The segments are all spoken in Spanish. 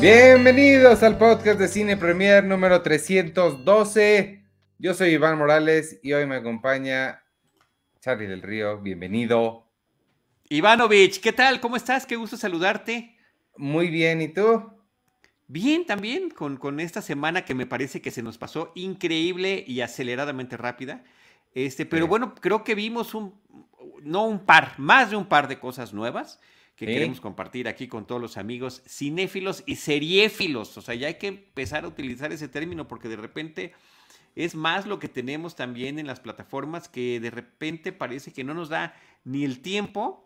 Bienvenidos al podcast de Cine Premier número 312. Yo soy Iván Morales y hoy me acompaña Charlie del Río. Bienvenido. Ivanovich, ¿qué tal? ¿Cómo estás? Qué gusto saludarte. Muy bien, ¿y tú? Bien, también con esta semana que me parece que se nos pasó increíble y aceleradamente rápida. Pero Sí. bueno, creo que vimos no un par, más de un par de cosas nuevas que queremos ¿Sí? compartir aquí con todos los amigos cinéfilos y seriéfilos. O sea, ya hay que empezar a utilizar ese término porque de repente es más lo que tenemos también en las plataformas que de repente parece que no nos da ni el tiempo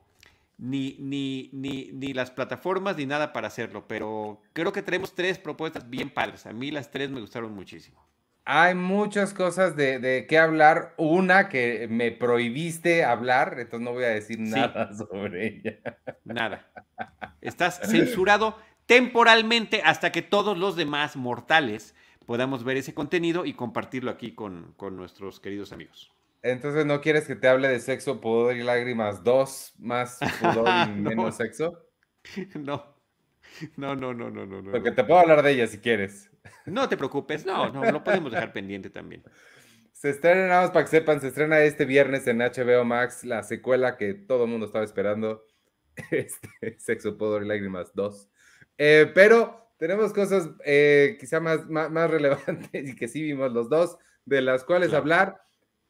ni las plataformas ni nada para hacerlo, pero creo que tenemos tres propuestas bien padres. A mí las tres me gustaron muchísimo. Hay muchas cosas de qué hablar. Una que me prohibiste hablar, entonces no voy a decir Sí, nada sobre ella. nada. Estás censurado temporalmente hasta que todos los demás mortales podamos ver ese contenido y compartirlo aquí con nuestros queridos amigos. Entonces, ¿no quieres que te hable de sexo, pudor y lágrimas 2, más pudor y menos No, sexo? no. Porque te puedo hablar de ella si quieres. No te preocupes, no, lo podemos dejar pendiente también. Se estrena, nada más para que sepan, se estrena este viernes en HBO Max la secuela que todo el mundo estaba esperando, Sexo, Pudor y Lágrimas 2. Pero tenemos cosas quizá más relevantes y que sí vimos los dos, de las cuales Claro. hablar.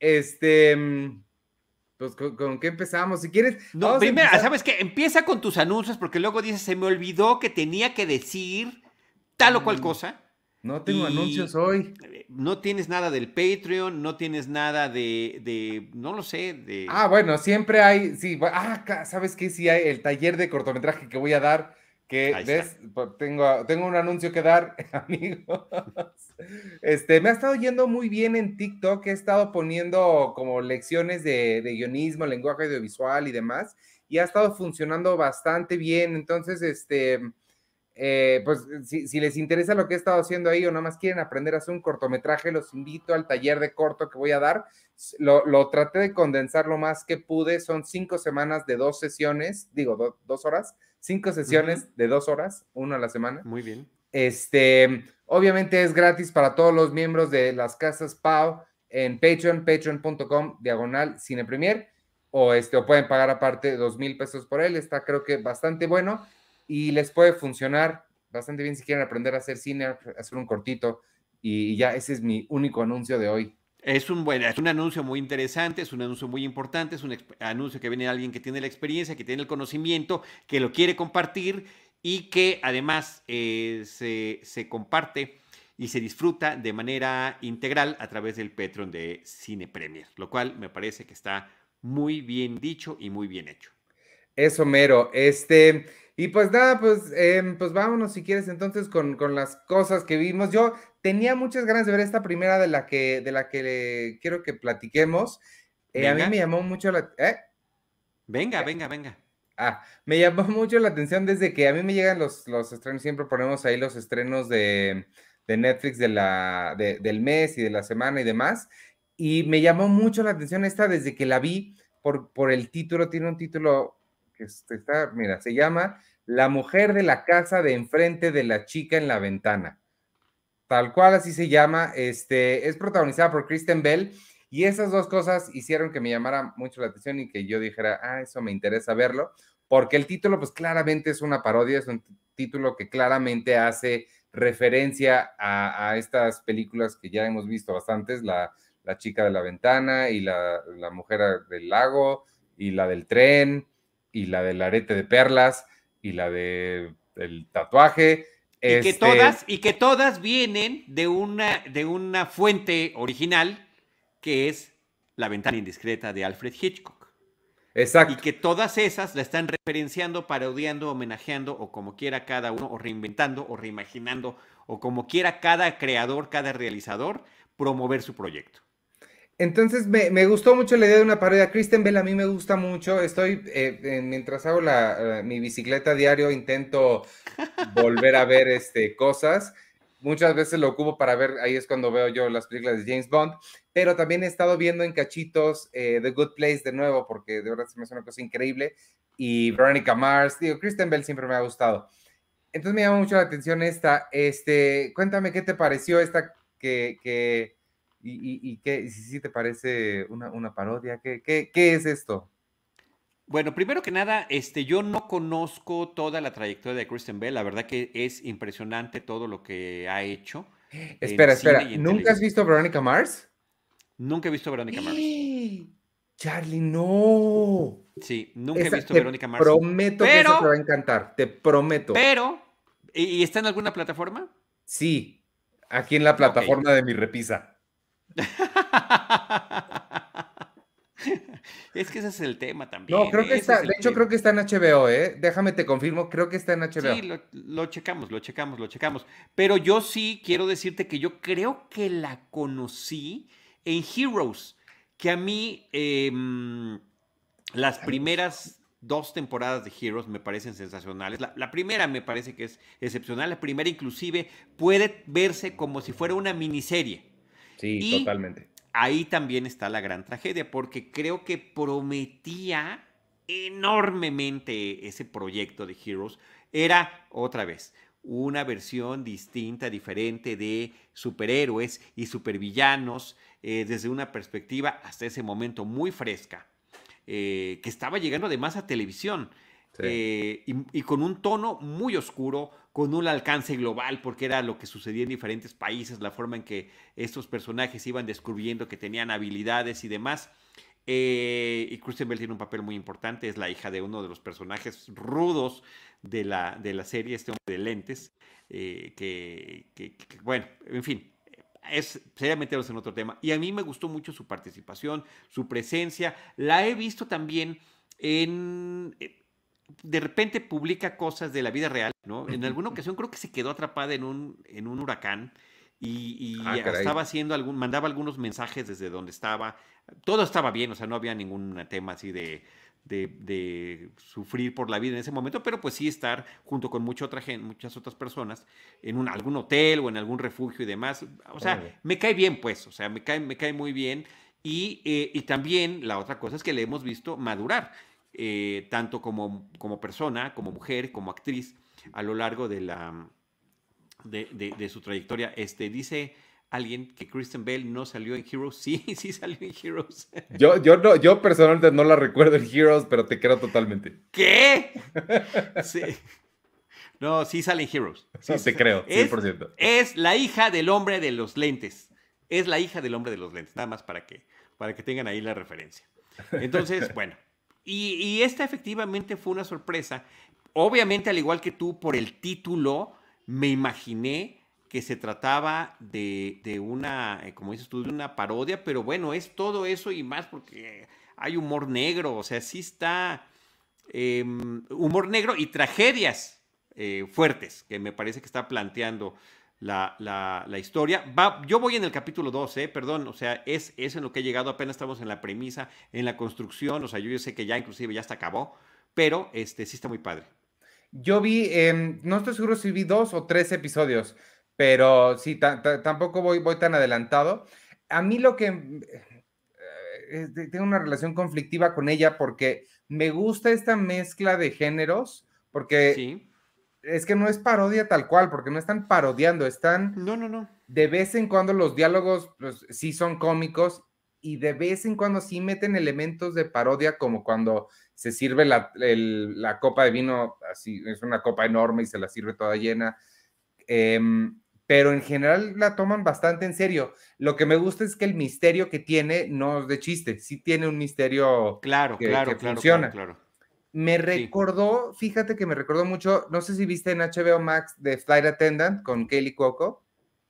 Pues ¿con qué empezamos? Si quieres, No, vamos a primero, empezar. ¿sabes qué? Empieza con tus anuncios porque luego dices, se me olvidó que tenía que decir tal o cual Mm, cosa no tengo anuncios y hoy. no tienes nada del Patreon, no tienes nada no lo sé, de... Bueno, siempre hay, sí, ¿sabes qué? Sí hay el taller de cortometraje que voy a dar, que, Ahí está. ¿ves? Tengo un anuncio que dar, amigos. Me ha estado yendo muy bien en TikTok, he estado poniendo como lecciones de guionismo, lenguaje audiovisual y demás, y ha estado funcionando bastante bien, entonces, pues si les interesa lo que he estado haciendo ahí o nada más quieren aprender a hacer un cortometraje, los invito al taller de corto que voy a dar. Lo traté de condensar lo más que pude, son 5 semanas de 2 sesiones, digo, 2 horas, 5 Ujú. sesiones de 2 horas, una a la semana. Muy bien. Obviamente es gratis para todos los miembros de las casas Pau en Patreon, patreon.com/cinepremier, o pueden pagar aparte 2,000 pesos por él, está creo que bastante bueno y les puede funcionar bastante bien si quieren aprender a hacer cine, hacer un cortito y ya ese es mi único anuncio de hoy. Es un anuncio muy interesante, es un anuncio muy importante, es un anuncio que viene de alguien que tiene la experiencia, que tiene el conocimiento, que lo quiere compartir y que además se comparte y se disfruta de manera integral a través del Patreon de Cine Premier, lo cual me parece que está muy bien dicho y muy bien hecho. Eso mero, y pues nada, pues vámonos si quieres entonces con las cosas que vimos. Yo tenía muchas ganas de ver esta primera de la que quiero que platiquemos. A mí me Venga, llamó mucho la, ¿Qué? venga. Me llamó mucho la atención desde que a mí me llegan los estrenos, siempre ponemos ahí los estrenos de Netflix del mes y de la semana y demás, y me llamó mucho la atención esta desde que la vi por el título, tiene un título que está, mira, se llama La mujer de la casa de enfrente de la chica en la ventana. Tal cual así se llama, es protagonizada por Kristen Bell y esas dos cosas hicieron que me llamara mucho la atención y que yo dijera, eso me interesa verlo, porque el título pues claramente es una parodia, es un título que claramente hace referencia a estas películas que ya hemos visto bastantes, la chica de la ventana y la mujer del lago y la del tren y la del arete de perlas y la del tatuaje, Y que todas vienen de una fuente original que es La ventana indiscreta de Alfred Hitchcock. Y exacto. que todas esas la están referenciando, parodiando, homenajeando, o como quiera cada uno, o reinventando, o reimaginando, o como quiera cada creador, cada realizador, promover su proyecto. Entonces me gustó mucho la idea de una parodia. Kristen Bell a mí me gusta mucho. Estoy, mientras hago mi bicicleta diario, intento volver a ver cosas. Muchas veces lo ocupo para ver, ahí es cuando veo yo las películas de James Bond, pero también he estado viendo en cachitos The Good Place de nuevo, porque de verdad se me hace una cosa increíble. Y Veronica Mars, digo, Kristen Bell siempre me ha gustado. entonces me llama mucho la atención esta. Cuéntame qué te pareció esta y qué, si te parece una parodia, ¿qué es esto? Bueno, primero que nada, yo no conozco toda la trayectoria de Kristen Bell. La verdad que es impresionante todo lo que ha hecho en Espera, cine espera, y en ¿nunca has televisión. visto Veronica Mars? Nunca he visto a Verónica Mars. ¡Eh! Charlie, no. Sí, nunca he Esa, visto a te Verónica Mars. prometo que esa te va a Pero, encantar, te prometo. pero, ¿y está en alguna plataforma? Sí, aquí en la Ok. plataforma de mi repisa. Es que ese es el tema No, también, creo que ese es está, de el hecho creo tema. que está en HBO, ¿eh? Déjame te confirmo, creo que está en Sí, HBO. lo checamos, lo checamos, lo checamos. Pero yo sí quiero decirte que yo creo que la conocí en Heroes, que a mí las Saludos. primeras dos temporadas de Heroes me parecen sensacionales. La primera me parece que es excepcional, la primera inclusive puede verse como si fuera una miniserie. Sí, Y totalmente. ahí también está la gran tragedia, porque creo que prometía enormemente ese proyecto de Heroes. Era, otra vez, una versión distinta, diferente de superhéroes y supervillanos, desde una perspectiva hasta ese momento muy fresca, que estaba llegando además a televisión, Sí. y con un tono muy oscuro, con un alcance global, porque era lo que sucedía en diferentes países, la forma en que estos personajes iban descubriendo que tenían habilidades y demás. Y Kristen Bell tiene un papel muy importante, es la hija de uno de los personajes rudos de la serie, este hombre de lentes, bueno, en fin, sería meternos en otro tema. Y a mí me gustó mucho su participación, su presencia. La he visto también en... De repente publica cosas de la vida real, ¿no? En alguna ocasión creo que se quedó atrapada en un huracán y Ah, caray. estaba haciendo mandaba algunos mensajes desde donde estaba. Todo estaba bien, o sea, no había ningún tema así de sufrir por la vida en ese momento, pero pues sí estar junto con mucha otra gente, muchas otras personas en algún hotel o en algún refugio y demás. O sea, Órale. me cae bien, pues, o sea, me cae muy bien. Y también la otra cosa es que le hemos visto madurar, tanto como persona, como mujer, como actriz, a lo largo de su trayectoria. Dice alguien que Kristen Bell no salió en Heroes. Sí, sí salió en Heroes. Yo personalmente no la recuerdo en Heroes, pero te creo totalmente. ¿Qué? Sí. No, sí sale en Heroes. Sí, sí Te sale. creo, Es, 100%. es la hija del hombre de los lentes. Es la hija del hombre de los lentes. Nada más para que tengan ahí la referencia. Entonces, bueno. Y esta efectivamente fue una sorpresa. Obviamente, al igual que tú, por el título, me imaginé que se trataba de una, como dices tú, de una parodia, pero bueno, es todo eso y más porque hay humor negro, o sea, sí está humor negro y tragedias fuertes, que me parece que está planteando la historia. Yo voy en el capítulo 2, perdón, o sea, es en lo que he llegado, apenas estamos en la premisa, en la construcción, o sea, yo sé que ya inclusive ya hasta acabó, pero sí está muy padre. Yo vi, no estoy seguro si vi 2 o 3 episodios, pero sí, tampoco voy tan adelantado. A mí lo que tengo una relación conflictiva con ella porque me gusta esta mezcla de géneros, porque Sí. es que no es parodia tal cual, porque no están parodiando, están No, no, no. de vez en cuando los diálogos pues, sí son cómicos y de vez en cuando sí meten elementos de parodia, como cuando se sirve la copa de vino, así es una copa enorme y se la sirve toda llena. Pero en general la toman bastante en serio. Lo que me gusta es que el misterio que tiene no es de chiste, sí tiene un misterio Claro, que claro, claro, claro, funciona. claro. Me Sí. recordó, fíjate que me recordó mucho, no sé si viste en HBO Max de Flight Attendant con Kaylee Cuoco.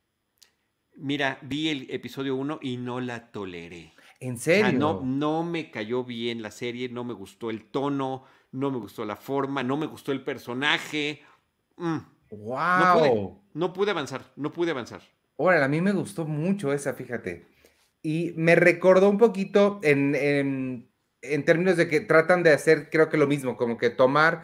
Mira, vi el episodio 1 y no la toleré. ¿En O sea, no, serio? no me cayó bien la serie, no me gustó el tono, no me gustó la forma, no me gustó el personaje. Mm, no pude, ¡Wow! no pude avanzar, no pude avanzar. Órale, a mí me gustó mucho esa, fíjate. Y me recordó un poquito en términos de que tratan de hacer, creo que lo mismo, como que tomar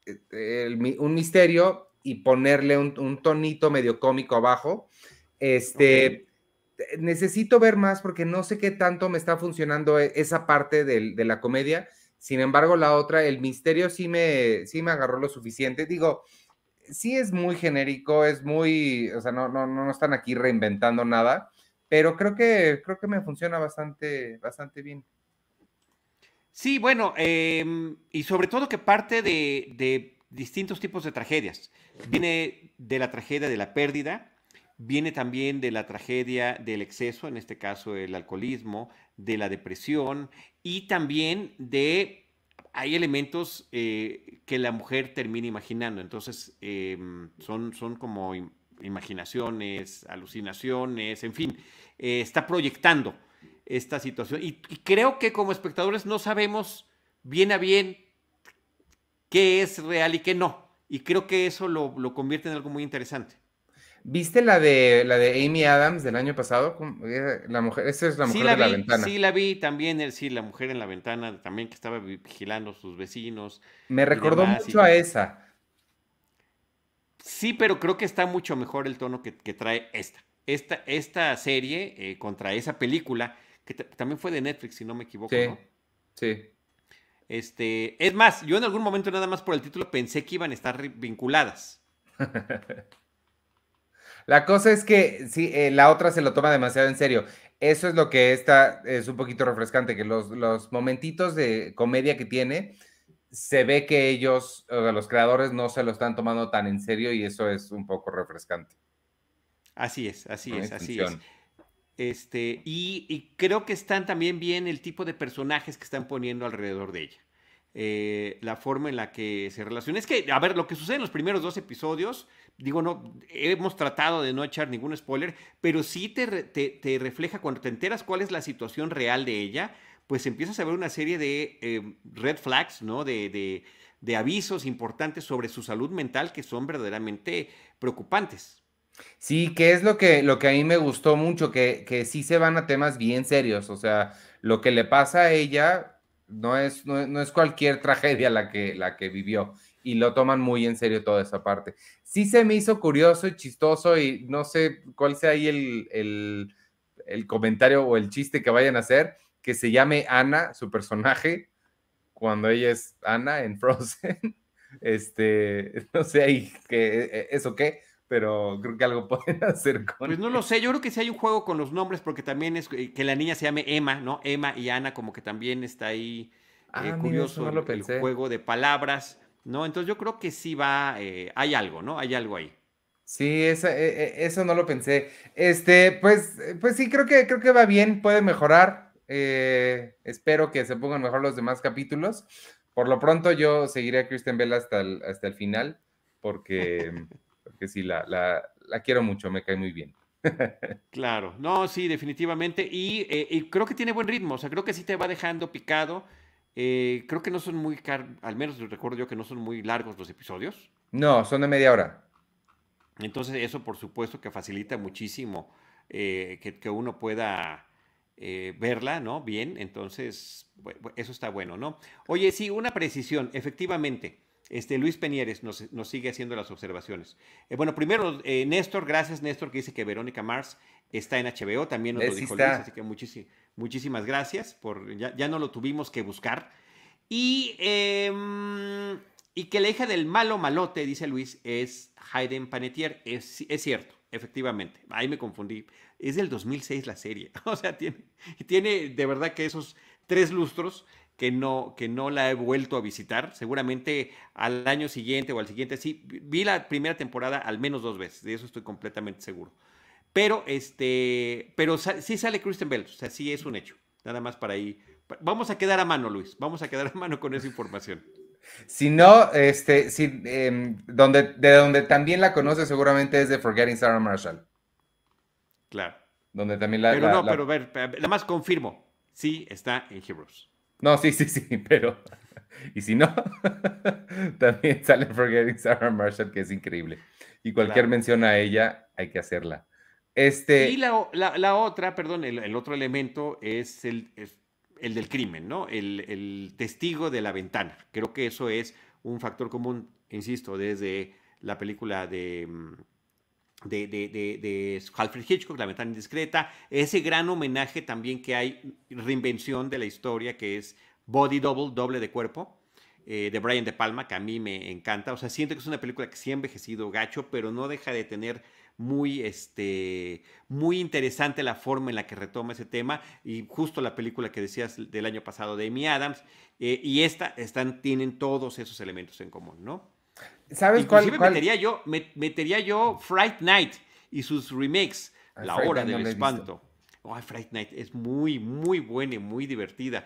un misterio y ponerle un tonito medio cómico abajo. Ok. Necesito ver más porque no sé qué tanto me está funcionando esa parte de la comedia. Sin embargo, la otra, el misterio sí me agarró lo suficiente. Digo, sí es muy genérico, es muy, o sea, no están aquí reinventando nada, pero creo que me funciona bastante bien. Sí, bueno, y sobre todo que parte de distintos tipos de tragedias. Viene de la tragedia de la pérdida, viene también de la tragedia del exceso, en este caso el alcoholismo, de la depresión, y también hay elementos que la mujer termina imaginando. Entonces, son como imaginaciones, alucinaciones, en fin, está proyectando esta situación. Y creo que como espectadores no sabemos bien a bien qué es real y qué no. Y creo que eso lo convierte en algo muy interesante. ¿Viste la de Amy Adams del año pasado? La mujer, esa es la mujer de la Sí ventana. la vi también, sí, la mujer en la ventana, también que estaba vigilando a sus vecinos Me y recordó demás. mucho a esa. Sí, pero creo que está mucho mejor el tono que trae esta serie contra esa película, que también fue de Netflix, si no me equivoco, Sí, ¿no? sí. Es más, yo en algún momento nada más por el título pensé que iban a estar vinculadas. La cosa es que sí, la otra se lo toma demasiado en serio. Eso es lo que esta es un poquito refrescante, que los momentitos de comedia que tiene, se ve que ellos, o sea, los creadores, no se lo están tomando tan en serio y eso es un poco refrescante, Así es, así ¿no? Y es, así es. funciona. Y creo que están también bien el tipo de personajes que están poniendo alrededor de ella. La forma en la que se relaciona. Es que, a ver, lo que sucede en los primeros dos episodios, digo, no, hemos tratado de no echar ningún spoiler, pero sí te refleja cuando te enteras cuál es la situación real de ella, pues empiezas a ver una serie de red flags, ¿no? De avisos importantes sobre su salud mental que son verdaderamente preocupantes. Sí, que es lo que a mí me gustó mucho, que sí se van a temas bien serios, o sea, lo que le pasa a ella no es cualquier tragedia la que vivió y lo toman muy en serio toda esa parte. Sí se me hizo curioso y chistoso y no sé cuál sea ahí el comentario o el chiste que vayan a hacer, que se llame Ana, su personaje, cuando ella es Ana en Frozen. No sé ahí que eso qué, pero creo que algo pueden hacer Pues con no lo él. sé, yo creo que sí hay un juego con los nombres porque también es que la niña se llame Emma, ¿no? Emma y Ana, como que también está ahí Ah, mira, eso curioso no lo el pensé. juego de palabras, ¿no? Entonces yo creo que sí va, hay algo, ¿no? Hay algo ahí. Sí, eso no lo pensé. Pues sí, creo que va bien, puede mejorar. Espero que se pongan mejor los demás capítulos. Por lo pronto, yo seguiré a Kristen Bell hasta el final, porque sí, la quiero mucho, me cae muy bien. Claro, no, sí, definitivamente. Y creo que tiene buen ritmo, o sea, creo que sí te va dejando picado. Creo que no son al menos recuerdo yo que no son muy largos los episodios. No, son de media hora. Entonces eso por supuesto que facilita muchísimo que uno pueda verla, ¿no? Bien, entonces eso está bueno, ¿no? Oye, sí, una precisión, efectivamente. Luis Peñeres nos sigue haciendo las observaciones. Bueno, primero, Néstor, gracias Néstor, que dice que Verónica Mars está en HBO, también nos lo Sí dijo Luis, así está. que muchísimas gracias, ya no lo tuvimos que buscar. Y, y que la hija del malo malote, dice Luis, es Hayden Panettiere. Es cierto, efectivamente. Ahí me confundí. Es del 2006 la serie. O sea, tiene de verdad que esos 3 lustros que no la he vuelto a visitar. Seguramente al año siguiente o al siguiente, sí. Vi la primera temporada al menos 2 veces. De eso estoy completamente seguro. Pero sí sale Kristen Bell. O sea, sí es un hecho. Nada más para ahí. Vamos a quedar a mano, Luis. Vamos a quedar a mano con esa información. Si no, sí, de donde también la conoce seguramente es de Forgetting Sarah Marshall, Claro. donde también Pero no, pero a ver, nada más confirmo. Sí, está en Heroes. No, sí, sí, sí, pero... Y si no, también sale Forgetting Sarah Marshall, que es increíble. Y cualquier Claro. mención a ella hay que hacerla. Y Este, la otra, perdón, el otro elemento es el del crimen, ¿no? El testigo de la ventana. Creo que eso es un factor común, insisto, desde la película de Alfred Hitchcock, La ventana indiscreta, ese gran homenaje también que hay, reinvención de la historia, que es Body Double, doble de cuerpo, de Brian De Palma, que a mí me encanta. O sea, siento que es una película que sí ha envejecido gacho, pero no deja de tener muy interesante la forma en la que retoma ese tema. Y justo la película que decías del año pasado de Amy Adams, y tienen todos esos elementos en común, ¿no? ¿Sabes Inclusive cuál? metería yo Fright Night y sus remakes, Ay, La Fright Hora Night no del lo he visto. Espanto. Oh, Fright Night es muy buena y muy divertida.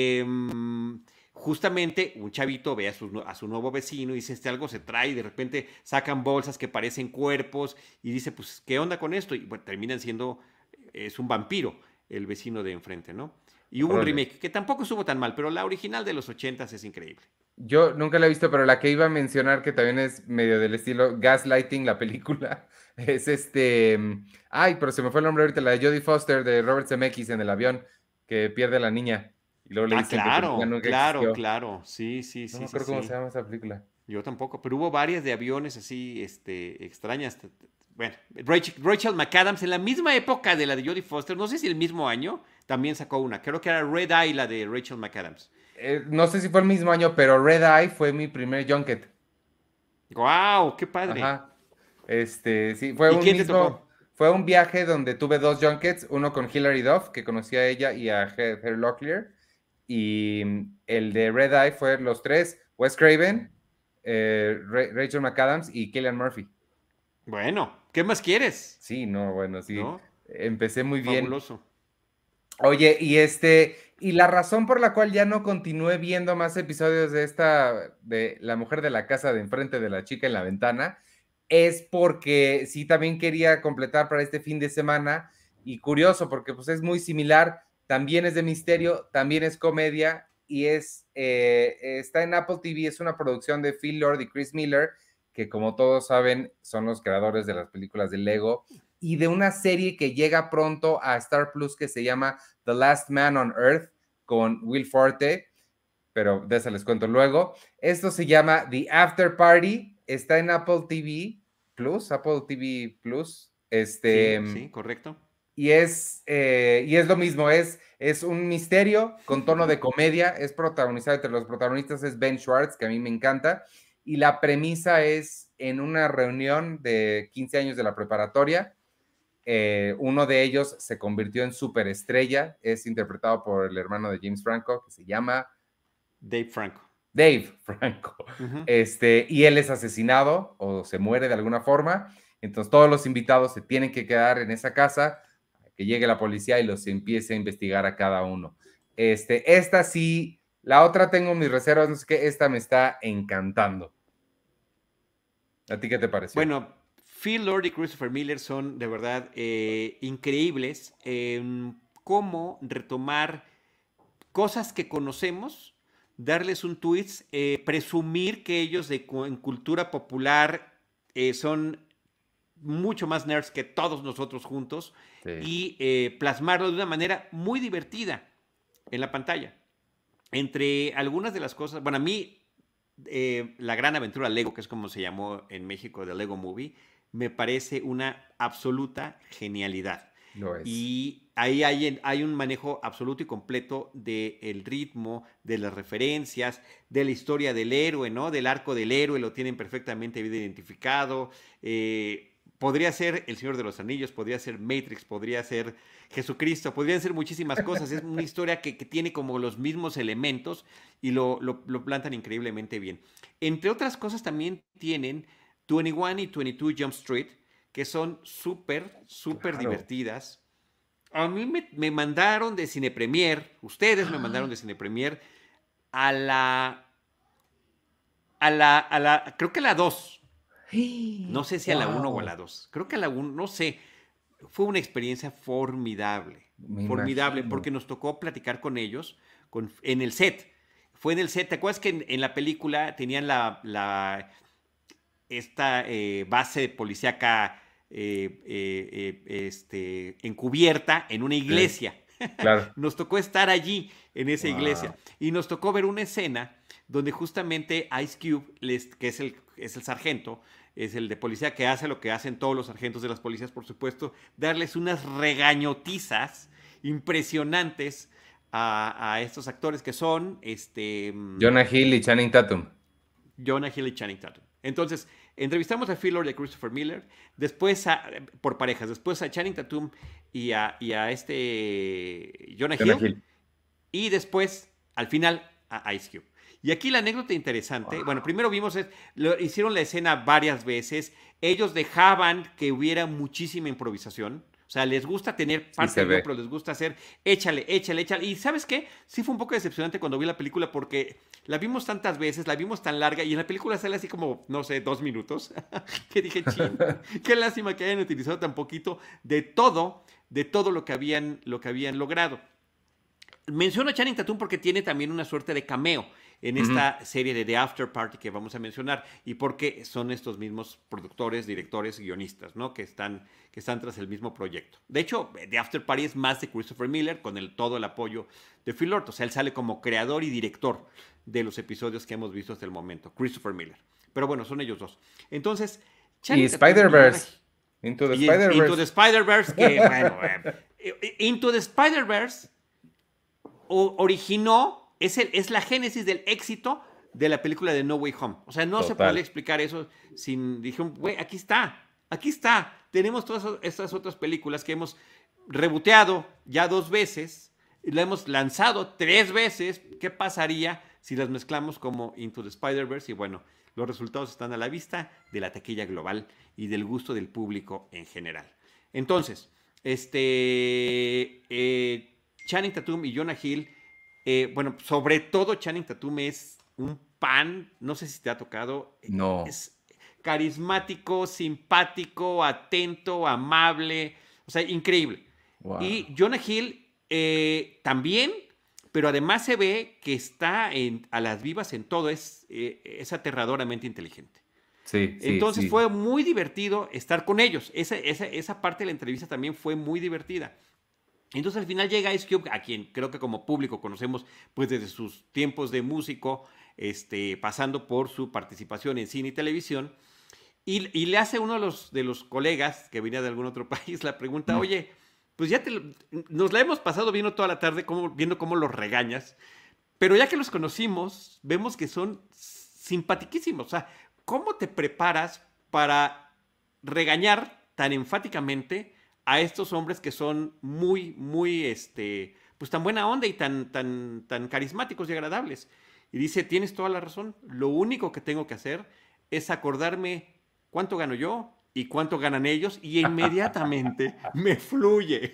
Justamente un chavito ve a su nuevo vecino y dice, algo se trae, y de repente sacan bolsas que parecen cuerpos y dice, pues, ¿qué onda con esto? Y bueno, terminan siendo, es un vampiro el vecino de enfrente, ¿no? Y hubo un Órale. remake que tampoco estuvo tan mal, pero la original de los ochentas es increíble. Yo nunca la he visto, pero la que iba a mencionar, que también es medio del estilo Gaslighting, la película, es Ay, pero se me fue el nombre ahorita, la de Jodie Foster, de Robert Zemeckis en el avión, que pierde a la niña. Y luego le Ah, dicen que pues niña claro, nunca claro, existió. claro. Sí, sí, No sí, me sí, acuerdo cómo se sí. llama esa película. Yo tampoco, pero hubo varias de aviones así, extrañas. Bueno, Rachel McAdams en la misma época de la de Jodie Foster, no sé si el mismo año, también sacó una. Creo que era Red Eye la de Rachel McAdams. No sé si fue el mismo año, pero Red Eye fue mi primer junket. ¡Guau! ¡Qué padre! Ajá. Sí, ¿Y quién te tocó? fue un viaje donde tuve dos junkets, uno con Hilary Duff, que conocí a ella, y a Heather Locklear, y el de Red Eye fue los tres, Wes Craven, Rachel McAdams y Cillian Murphy. Bueno, ¿qué más quieres? Sí, no, bueno, sí, ¿No? empecé muy bien. Fabuloso. Oye, y la razón por la cual ya no continué viendo más episodios de de La mujer de la casa de enfrente de la chica en la ventana, es porque sí también quería completar para este fin de semana, y curioso, porque pues es muy similar, también es de misterio, también es comedia, y está en Apple TV, es una producción de Phil Lord y Chris Miller, que como todos saben son los creadores de las películas de Lego, y de una serie que llega pronto a Star Plus que se llama The Last Man on Earth con Will Forte, pero de eso les cuento luego. Esto se llama The After Party, está en Apple TV Plus, Sí, sí, correcto. y es lo mismo, es un misterio con tono de comedia, es protagonizado, entre los protagonistas es Ben Schwartz, que a mí me encanta, y la premisa es en una reunión de 15 años de la preparatoria. Uno de ellos se convirtió en superestrella, es interpretado por el hermano de James Franco, que se llama Dave Franco. Dave Franco. Ujú. Y él es asesinado o se muere de alguna forma. Entonces todos los invitados se tienen que quedar en esa casa, que llegue la policía y los empiece a investigar a cada uno. Esta sí, la otra tengo mis reservas, no sé qué, esta me está encantando. ¿A ti qué te pareció? Bueno, Phil Lord y Christopher Miller son de verdad increíbles en cómo retomar cosas que conocemos, darles un twist, presumir que ellos en cultura popular son mucho más nerds que todos nosotros juntos Sí, y plasmarlo de una manera muy divertida en la pantalla. Entre algunas de las cosas, bueno, a mí La Gran Aventura Lego, que es como se llamó en México, de Lego Movie, me parece una absoluta genialidad. lo es. Y ahí hay un manejo absoluto y completo del ritmo, de las referencias, de la historia del héroe, ¿no? Del arco del héroe, lo tienen perfectamente bien identificado. Podría ser El Señor de los Anillos, podría ser Matrix, podría ser Jesucristo, podrían ser muchísimas cosas. Es una historia que tiene como los mismos elementos y lo plantan increíblemente bien. Entre otras cosas también tienen 21 y 22 Jump Street, que son súper Claro. divertidas. A mí me mandaron de Cine Premier, ustedes me mandaron de Cine Premier a creo que a la 2. No sé si a la uno o a ¡Wow! la 2. Creo que a la 1, no sé. Fue una experiencia formidable, Me formidable, imagino. porque nos tocó platicar con ellos en el set. Fue en el set. ¿Te acuerdas que en la película tenían esta base policíaca encubierta en una Sí, iglesia? claro. Nos tocó estar allí en esa iglesia Wow. y nos tocó ver una escena donde justamente Ice Cube, que es el sargento, es el de policía que hace lo que hacen todos los sargentos de las policías, por supuesto, darles unas regañotizas impresionantes a estos actores que son Jonah Hill y Channing Tatum. Jonah Hill y Channing Tatum. Entonces, entrevistamos a Phil Lord y a Christopher Miller, después por parejas, después a Channing Tatum y a Jonah Jonah Hill, Hill. y después, al final, a Ice Cube. Y aquí la anécdota interesante, bueno, primero vimos, hicieron la escena varias veces, ellos dejaban que hubiera muchísima improvisación, o sea, les gusta tener Sí parte se del guión, ve. pero les gusta hacer, échale, échale, échale. Y ¿sabes qué? Sí fue un poco decepcionante cuando vi la película porque la vimos tantas veces, la vimos tan larga y en la película sale así como, no sé, 2 minutos. Que dije, chin, qué lástima que hayan utilizado tan poquito de todo lo que habían logrado. Menciono a Channing Tatum porque tiene también una suerte de cameo en Ujú. esta serie de The After Party que vamos a mencionar y porque son estos mismos productores, directores, guionistas, ¿no? Que están tras el mismo proyecto. De hecho, The After Party es más de Christopher Miller con todo el apoyo de Phil Lord. O sea, él sale como creador y director de los episodios que hemos visto hasta el momento, Christopher Miller. Pero bueno, son ellos dos. Entonces, Y Channing Tatum y Jonah Spider-Verse. Into the y Into the Spider-Verse. Spider-Verse, que bueno, Into the Spider-Verse originó, es la génesis del éxito de la película de No Way Home. O sea, no se podría Total. explicar eso sin, dije, güey, aquí está. Tenemos todas estas otras películas que hemos reboteado ya 2 veces, y la hemos lanzado 3 veces. ¿Qué pasaría si las mezclamos como Into the Spider-Verse? Y bueno, los resultados están a la vista de la taquilla global y del gusto del público en general. Entonces, Channing Tatum y Jonah Hill, bueno, sobre todo Channing Tatum es un pan, no sé si te ha tocado, No. es carismático, simpático, atento, amable, o sea, increíble. Wow. Y Jonah Hill también, pero además se ve que está a las vivas en todo, es aterradoramente inteligente. Sí, sí, Entonces sí. fue muy divertido estar con ellos. Esa parte de la entrevista también fue muy divertida. Entonces al final llega Ice Cube, a quien creo que como público conocemos pues desde sus tiempos de músico, pasando por su participación en cine y televisión, y le hace uno de los colegas que venía de algún otro país la pregunta, Mm. oye, pues nos la hemos pasado viendo toda la tarde, viendo cómo los regañas, pero ya que los conocimos, vemos que son simpatiquísimos. O sea, ¿cómo te preparas para regañar tan enfáticamente a estos hombres que son muy, muy, pues tan buena onda y tan carismáticos y agradables? Y dice, tienes toda la razón. Lo único que tengo que hacer es acordarme cuánto gano yo y cuánto ganan ellos y inmediatamente me fluye.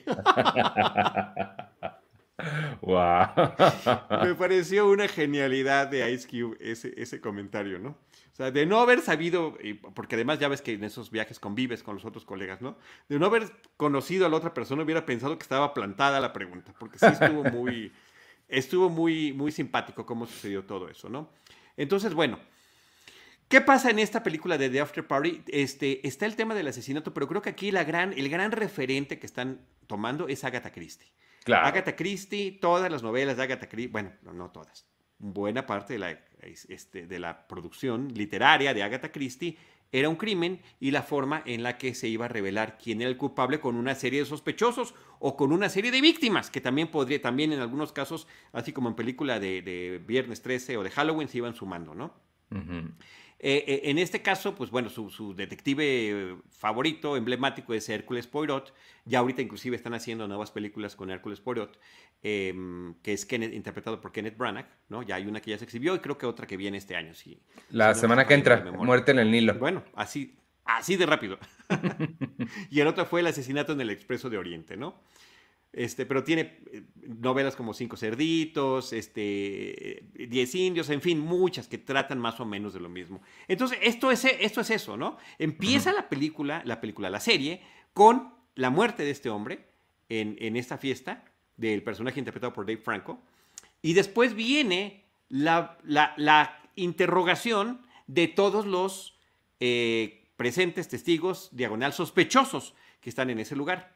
Wow. Me pareció una genialidad de Ice Cube ese comentario, ¿no? O sea, de no haber sabido, porque además ya ves que en esos viajes convives con los otros colegas, ¿no? De no haber conocido a la otra persona, hubiera pensado que estaba plantada la pregunta, porque sí estuvo muy, muy simpático cómo sucedió todo eso, ¿no? Entonces, bueno, ¿qué pasa en esta película de The After Party? Está el tema del asesinato, pero creo que aquí el gran referente que están tomando es Agatha Christie. Claro. Agatha Christie, todas las novelas de Agatha Christie, bueno, no todas, buena parte de la producción literaria de Agatha Christie era un crimen y la forma en la que se iba a revelar quién era el culpable con una serie de sospechosos o con una serie de víctimas, que también en algunos casos, así como en película de Viernes 13 o de Halloween, se iban sumando, ¿no? Ujú. En este caso, pues bueno, su detective favorito, emblemático, es Hércules Poirot. Ya ahorita inclusive están haciendo nuevas películas con Hércules Poirot, que es interpretado por Kenneth Branagh, ¿no? Ya hay una que ya se exhibió y creo que otra que viene este año, si La no me está semana que fallando la entra, memoria. Muerte en el Nilo. Bueno, así de rápido. Y el otro fue El asesinato en el Expreso de Oriente, ¿no? Pero tiene novelas como Cinco Cerditos, 10 Indios, en fin, muchas que tratan más o menos de lo mismo. Entonces, esto es eso, ¿no? Empieza Ujú. la serie, con la muerte de este hombre en esta fiesta, del personaje interpretado por Dave Franco, y después viene la interrogación de todos los presentes testigos, diagonal sospechosos, que están en ese lugar.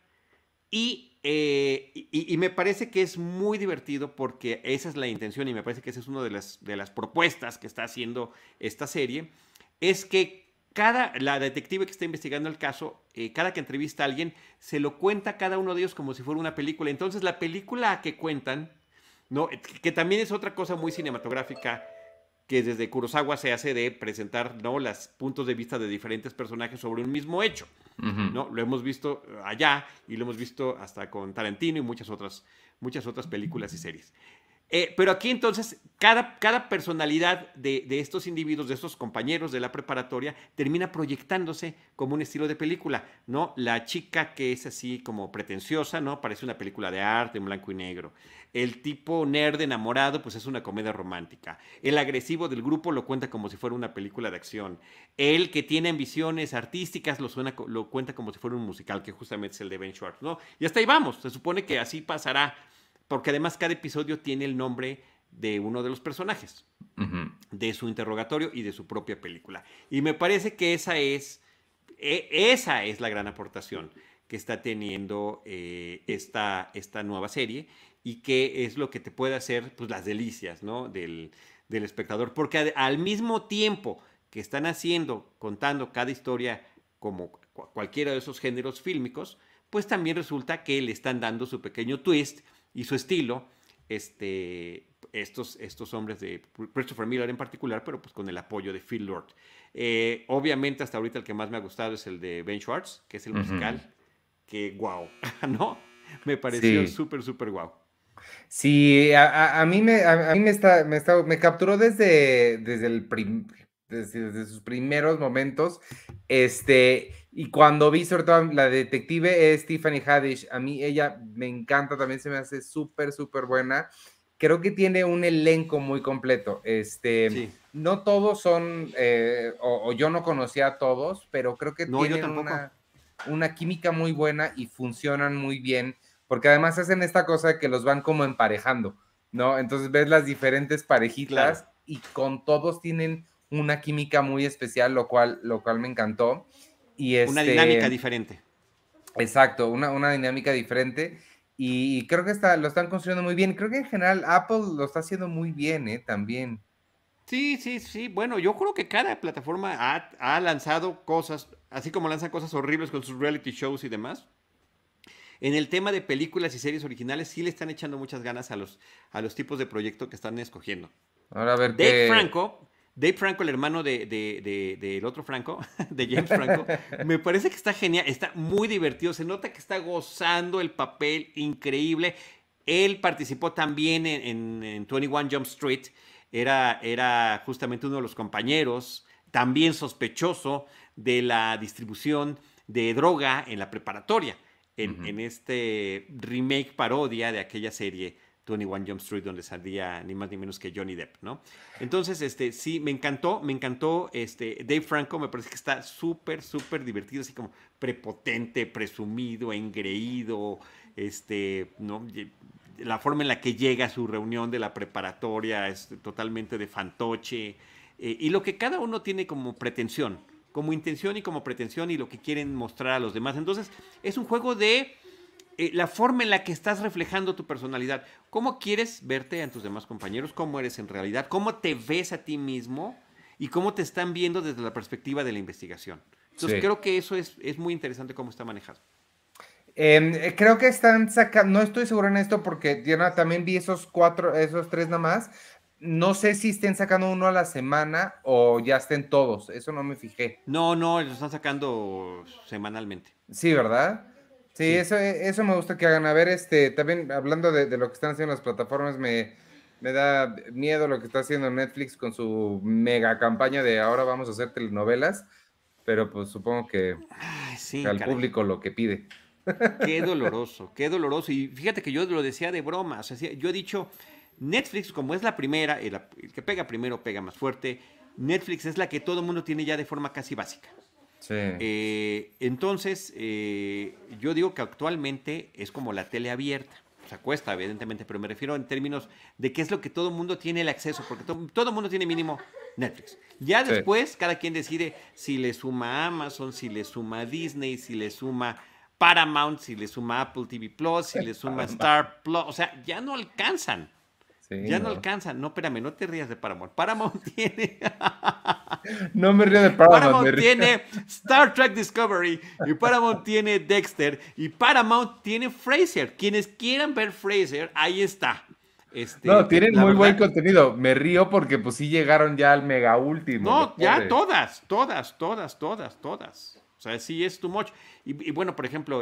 Y me parece que es muy divertido porque esa es la intención y me parece que esa es una de las propuestas que está haciendo esta serie, es que la detective que está investigando el caso, cada que entrevista a alguien, se lo cuenta a cada uno de ellos como si fuera una película. Entonces la película que cuentan ¿no? Que también es otra cosa muy cinematográfica que desde Kurosawa se hace de presentar, ¿no?, los puntos de vista de diferentes personajes sobre un mismo hecho, Ujú, ¿no? Lo hemos visto allá y lo hemos visto hasta con Tarantino y muchas otras películas y series. Pero aquí entonces, cada personalidad de estos individuos, de estos compañeros de la preparatoria, termina proyectándose como un estilo de película, ¿no? La chica que es así como pretenciosa, ¿no? Parece una película de arte en blanco y negro. El tipo nerd enamorado, pues es una comedia romántica. El agresivo del grupo lo cuenta como si fuera una película de acción. El que tiene ambiciones artísticas lo cuenta como si fuera un musical, que justamente es el de Ben Schwartz, ¿no? Y hasta ahí vamos. Se supone que así pasará porque además cada episodio tiene el nombre de uno de los personajes, ujú. de su interrogatorio y de su propia película. Y me parece que esa es la gran aportación que está teniendo esta nueva serie y que es lo que te puede hacer pues, las delicias, ¿no?, del espectador. Porque al mismo tiempo que están contando cada historia como cualquiera de esos géneros fílmicos, pues también resulta que le están dando su pequeño twist y su estilo, estos hombres de Christopher Miller en particular, pero pues con el apoyo de Phil Lord. Obviamente hasta ahorita el que más me ha gustado es el de Ben Schwartz, que es el Ujú. musical, que wow, ¿no? Me pareció Sí. súper, súper wow. Sí, a mí me capturó desde sus primeros momentos, y cuando vi sobre todo la detective es Tiffany Haddish, a mí ella me encanta, también se me hace súper, súper buena. Creo que tiene un elenco muy completo. Sí, No todos son, o yo no conocía a todos, pero creo que no, yo tienen tampoco. una química muy buena y funcionan muy bien porque además hacen esta cosa que los van como emparejando, ¿no? Entonces ves las diferentes Claro, parejitas y con todos tienen una química muy especial, lo cual me encantó. Y una dinámica diferente. exacto, una dinámica diferente. Y creo que lo están construyendo muy bien. Creo que en general Apple lo está haciendo muy bien, ¿eh? También. Sí, sí, sí. Bueno, yo creo que cada plataforma ha lanzado cosas, así como lanzan cosas horribles con sus reality shows y demás. En el tema de películas y series originales sí le están echando muchas ganas a los tipos de proyecto que están escogiendo. Ahora a ver Dave qué. Franco, Dave Franco, el hermano del otro Franco, de James Franco, me parece que está genial, está muy divertido, se nota que está gozando el papel increíble. Él participó también en 21 Jump Street, era justamente uno de los compañeros, también sospechoso de la distribución de droga en la preparatoria, Ujú. en este remake parodia de aquella serie 21 Jump Street, donde salía ni más ni menos que Johnny Depp, ¿no? Entonces, sí, me encantó, Dave Franco, me parece que está súper, súper divertido, así como prepotente, presumido, engreído, ¿no? La forma en la que llega a su reunión de la preparatoria es totalmente de fantoche, y lo que cada uno tiene como pretensión, como intención y como pretensión y lo que quieren mostrar a los demás. Entonces, es un juego de la forma en la que estás reflejando tu personalidad. ¿Cómo quieres verte en tus demás compañeros? ¿Cómo eres en realidad? ¿Cómo te ves a ti mismo? ¿Y cómo te están viendo desde la perspectiva de la investigación? Entonces Sí. creo que eso es muy interesante cómo está manejado. Creo que están sacando, no estoy seguro en esto porque yo también vi esos tres nada más. No sé si estén sacando uno a la semana o ya estén todos, eso no me fijé. No, no, lo están sacando semanalmente. Sí, ¿verdad? Sí, Sí. eso me gusta que hagan. A ver, también hablando de lo que están haciendo las plataformas, me da miedo lo que está haciendo Netflix con su mega campaña de ahora vamos a hacer telenovelas, pero pues supongo que Ay, sí, al caray. público lo que pide. Qué doloroso, qué doloroso. Y fíjate que yo lo decía de broma. O sea, yo he dicho, Netflix, como es la primera, el que pega primero pega más fuerte. Netflix es la que todo el mundo tiene ya de forma casi básica. Sí, Entonces, yo digo que actualmente es como la tele abierta. O sea, cuesta, evidentemente, pero me refiero en términos de qué es lo que todo el mundo tiene el acceso, porque todo el mundo tiene mínimo Netflix. Ya sí. después, cada quien decide si le suma Amazon, si le suma Disney, si le suma Paramount, si le suma Apple TV Plus, si le suma Para más. Star Plus. O sea, ya no alcanzan. Sí, Ya no no. alcanzan. No, espérame, no te rías de Paramount. Paramount tiene No me río de Paramount, me Paramount río. tiene Star Trek Discovery y Paramount tiene Dexter y Paramount tiene Frasier. Quienes quieran ver Frasier, ahí está. No, tienen La muy buen verdad, contenido. Me río porque pues sí llegaron ya al mega último, los no, ya pobres. todas, todas, todas, todas, todas. O sea, sí es too much. Y bueno, por ejemplo,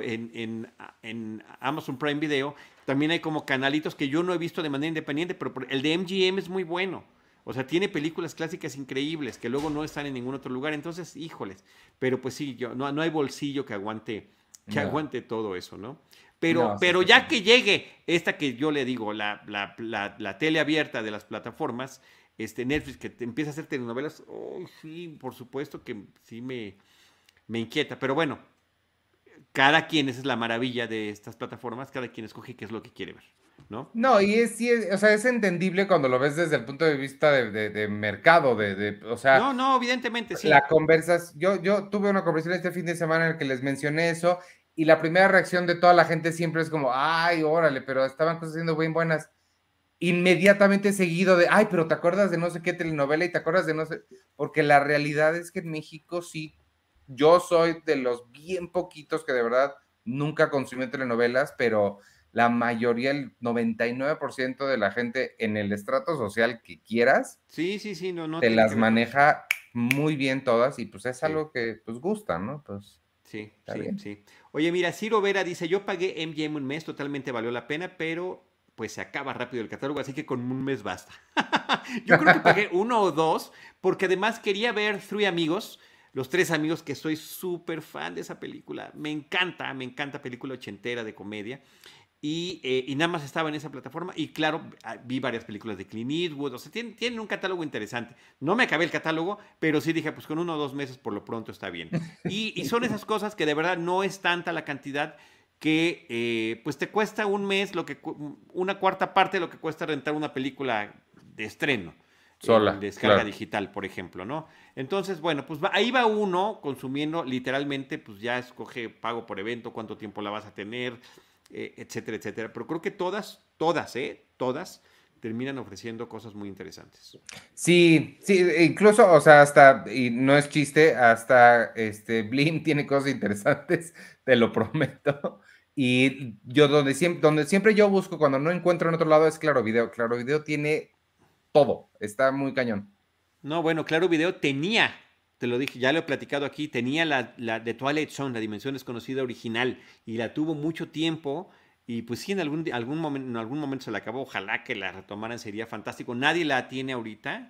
en Amazon Prime Video también hay como canalitos que yo no he visto de manera independiente, pero el de MGM es muy bueno. O sea, tiene películas clásicas increíbles que luego no están en ningún otro lugar. Entonces, híjoles. Pero pues sí, no hay bolsillo que No, aguante todo eso, ¿no? no, sí Pero está ya cañón. que llegue esta que yo le digo, la tele abierta de las plataformas, Netflix que te empieza a hacer telenovelas, oh, sí, por supuesto que sí me inquieta, pero bueno, cada quien, esa es la maravilla de estas plataformas, cada quien escoge qué es lo que quiere ver, ¿no? No, y sí, o sea, es entendible cuando lo ves desde el punto de vista de mercado, o sea, No, no, evidentemente sí. la conversas, yo tuve una conversación este fin de semana en el que les mencioné eso, y la primera reacción de toda la gente siempre es como, ay, órale, pero estaban cosas siendo bien buenas. Inmediatamente seguido de, ay, pero te acuerdas de no sé qué telenovela y te acuerdas de no sé, porque la realidad es que en México sí, yo soy de los bien poquitos que de verdad nunca consumí telenovelas, pero la mayoría, el 99% de la gente en el estrato social que quieras, Sí, sí, sí, no, no te tiene que las ver con eso. maneja muy bien todas y pues es Sí, algo que pues gusta, ¿no? Pues sí, está sí, bien. sí. Oye, mira, Ciro Vera dice, yo pagué MGM un mes, totalmente valió la pena, pero pues se acaba rápido el catálogo, así que con un mes basta. Yo creo que pagué uno o dos, porque además quería ver Three Amigos, los tres amigos, que soy súper fan de esa película. Me encanta película ochentera de comedia. Y nada más estaba en esa plataforma. Y claro, vi varias películas de Clint Eastwood. O sea, tienen un catálogo interesante. No me acabé el catálogo, pero sí dije, pues con 1 o 2 meses por lo pronto está bien. Y son esas cosas que de verdad no es tanta la cantidad que pues te cuesta un mes una cuarta parte de lo que cuesta rentar una película de estreno en Sola, descarga claro. digital, por ejemplo, ¿no? Entonces, bueno, pues ahí va uno consumiendo literalmente, pues ya escoge pago por evento, cuánto tiempo la vas a tener, etcétera, etcétera. Pero creo que todas terminan ofreciendo cosas muy interesantes. Sí, sí, incluso, o sea, hasta, y no es chiste, hasta Blim tiene cosas interesantes, te lo prometo. Y yo donde siempre yo busco cuando no encuentro en otro lado es Claro Video. Claro Video tiene todo, está muy cañón. No, bueno, Claro Video tenía, te lo dije, ya lo he platicado aquí, tenía la de Twilight Zone, la Dimensión Desconocida original, y la tuvo mucho tiempo, y pues sí, en algún momento se la acabó, ojalá que la retomaran, sería fantástico. Nadie la tiene ahorita,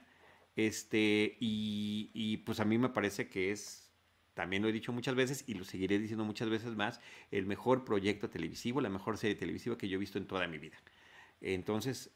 y pues a mí me parece que es, también lo he dicho muchas veces, y lo seguiré diciendo muchas veces más, el mejor proyecto televisivo, la mejor serie televisiva que yo he visto en toda mi vida. Entonces,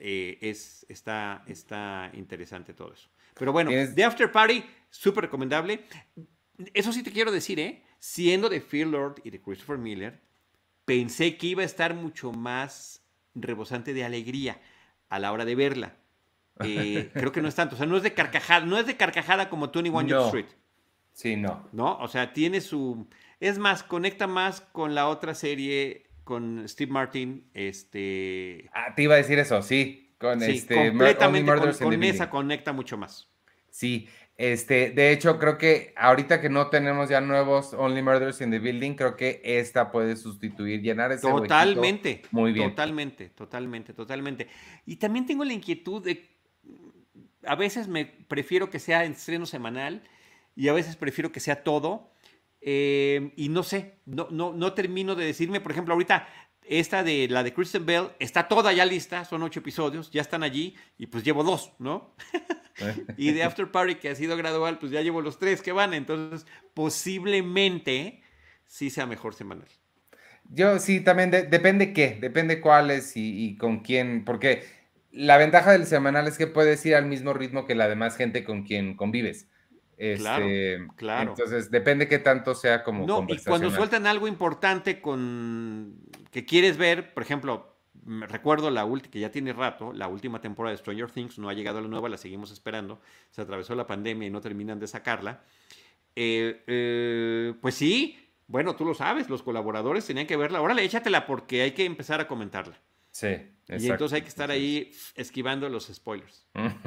está interesante todo eso. Pero bueno, Tienes, The After Party, súper recomendable. Eso sí te quiero decir, ¿eh? Siendo de Phil Lord y de Christopher Miller, pensé que iba a estar mucho más rebosante de alegría a la hora de verla. Creo que no es tanto, o sea, no es de carcajada como 21 Jump Street, no, sí, no. ¿no? O sea, tiene su... Es más, conecta más con la otra serie, con Steve Martin, Ah, te iba a decir eso, sí, con Sí, Only completamente Murders in the con esa Building. conecta mucho más. Sí, de hecho, creo que ahorita que no tenemos ya nuevos Only Murders in the Building, creo que esta puede sustituir, llenar ese huequito Totalmente, muy bien. totalmente, totalmente, totalmente. Y también tengo la inquietud de, a veces me prefiero que sea en estreno semanal y a veces prefiero que sea todo. Y no sé, no termino de decirme, por ejemplo, ahorita esta de la de Kristen Bell está toda ya lista, son 8 episodios, ya están allí y pues llevo dos, ¿no? Y de After Party, que ha sido gradual, pues ya llevo los tres que van. Entonces, posiblemente sí sea mejor semanal. Yo sí, también depende qué, depende cuáles y con quién, porque la ventaja del semanal es que puedes ir al mismo ritmo que la demás gente con quien convives. Claro, claro. Entonces, depende qué tanto sea como No, y cuando conversacional. sueltan algo importante que quieres ver, por ejemplo, me recuerdo la última, que ya tiene rato, la última temporada de Stranger Things, no ha llegado a la nueva, la seguimos esperando. Se atravesó la pandemia y no terminan de sacarla. Pues sí, bueno, tú lo sabes, los colaboradores tenían que verla. Órale, échatela porque hay que empezar a comentarla. Sí, Y entonces exacto. hay que estar Entonces. ahí esquivando los spoilers.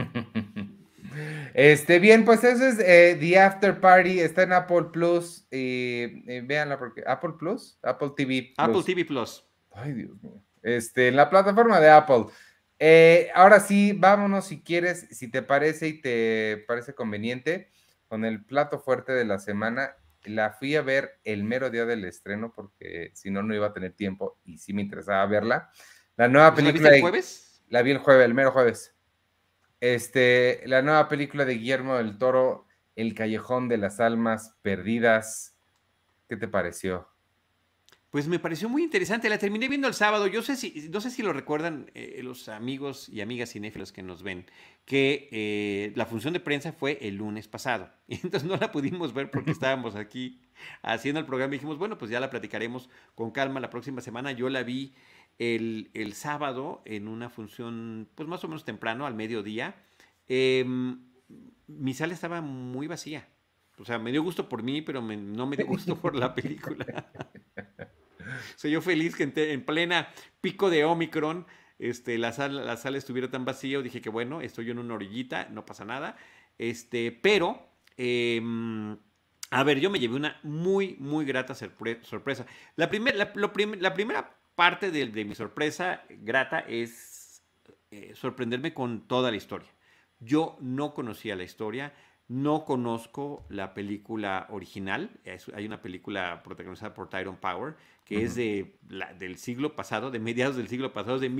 Bien, pues eso es The After Party, está en Apple Plus, véanla porque Apple Plus, Apple TV Apple Plus. TV Plus. Ay, Dios mío. En la plataforma de Apple. Ahora sí, vámonos si quieres, si te parece y te parece conveniente, con el plato fuerte de la semana. La fui a ver el mero día del estreno porque si no, no iba a tener tiempo y sí me interesaba verla. La nueva O sea, ¿la viste película el de, jueves? la vi el jueves, el mero jueves. La nueva película de Guillermo del Toro, El Callejón de las Almas Perdidas. ¿Qué te pareció? Pues me pareció muy interesante. La terminé viendo el sábado. No sé si lo recuerdan los amigos y amigas cinéfilos que nos ven, que la función de prensa fue el lunes pasado. Y entonces no la pudimos ver porque estábamos aquí haciendo el programa y dijimos, bueno, pues ya la platicaremos con calma la próxima semana. Yo la vi el sábado en una función, pues más o menos temprano, al mediodía. Em, Mi sala estaba muy vacía. O sea, me dio gusto por mí, pero no me dio gusto por la película. O sea, yo feliz que en plena pico de Omicron la sala estuviera tan vacía. Dije que bueno, estoy en una orillita, no pasa nada. Pero, a ver, yo me llevé una muy, muy grata sorpresa. La primera parte de mi sorpresa grata es sorprenderme con toda la historia. Yo no conocía la historia, no conozco la película original. Hay una película protagonizada por Tyrone Power que es Ujú. del siglo pasado, de mediados del siglo pasado, de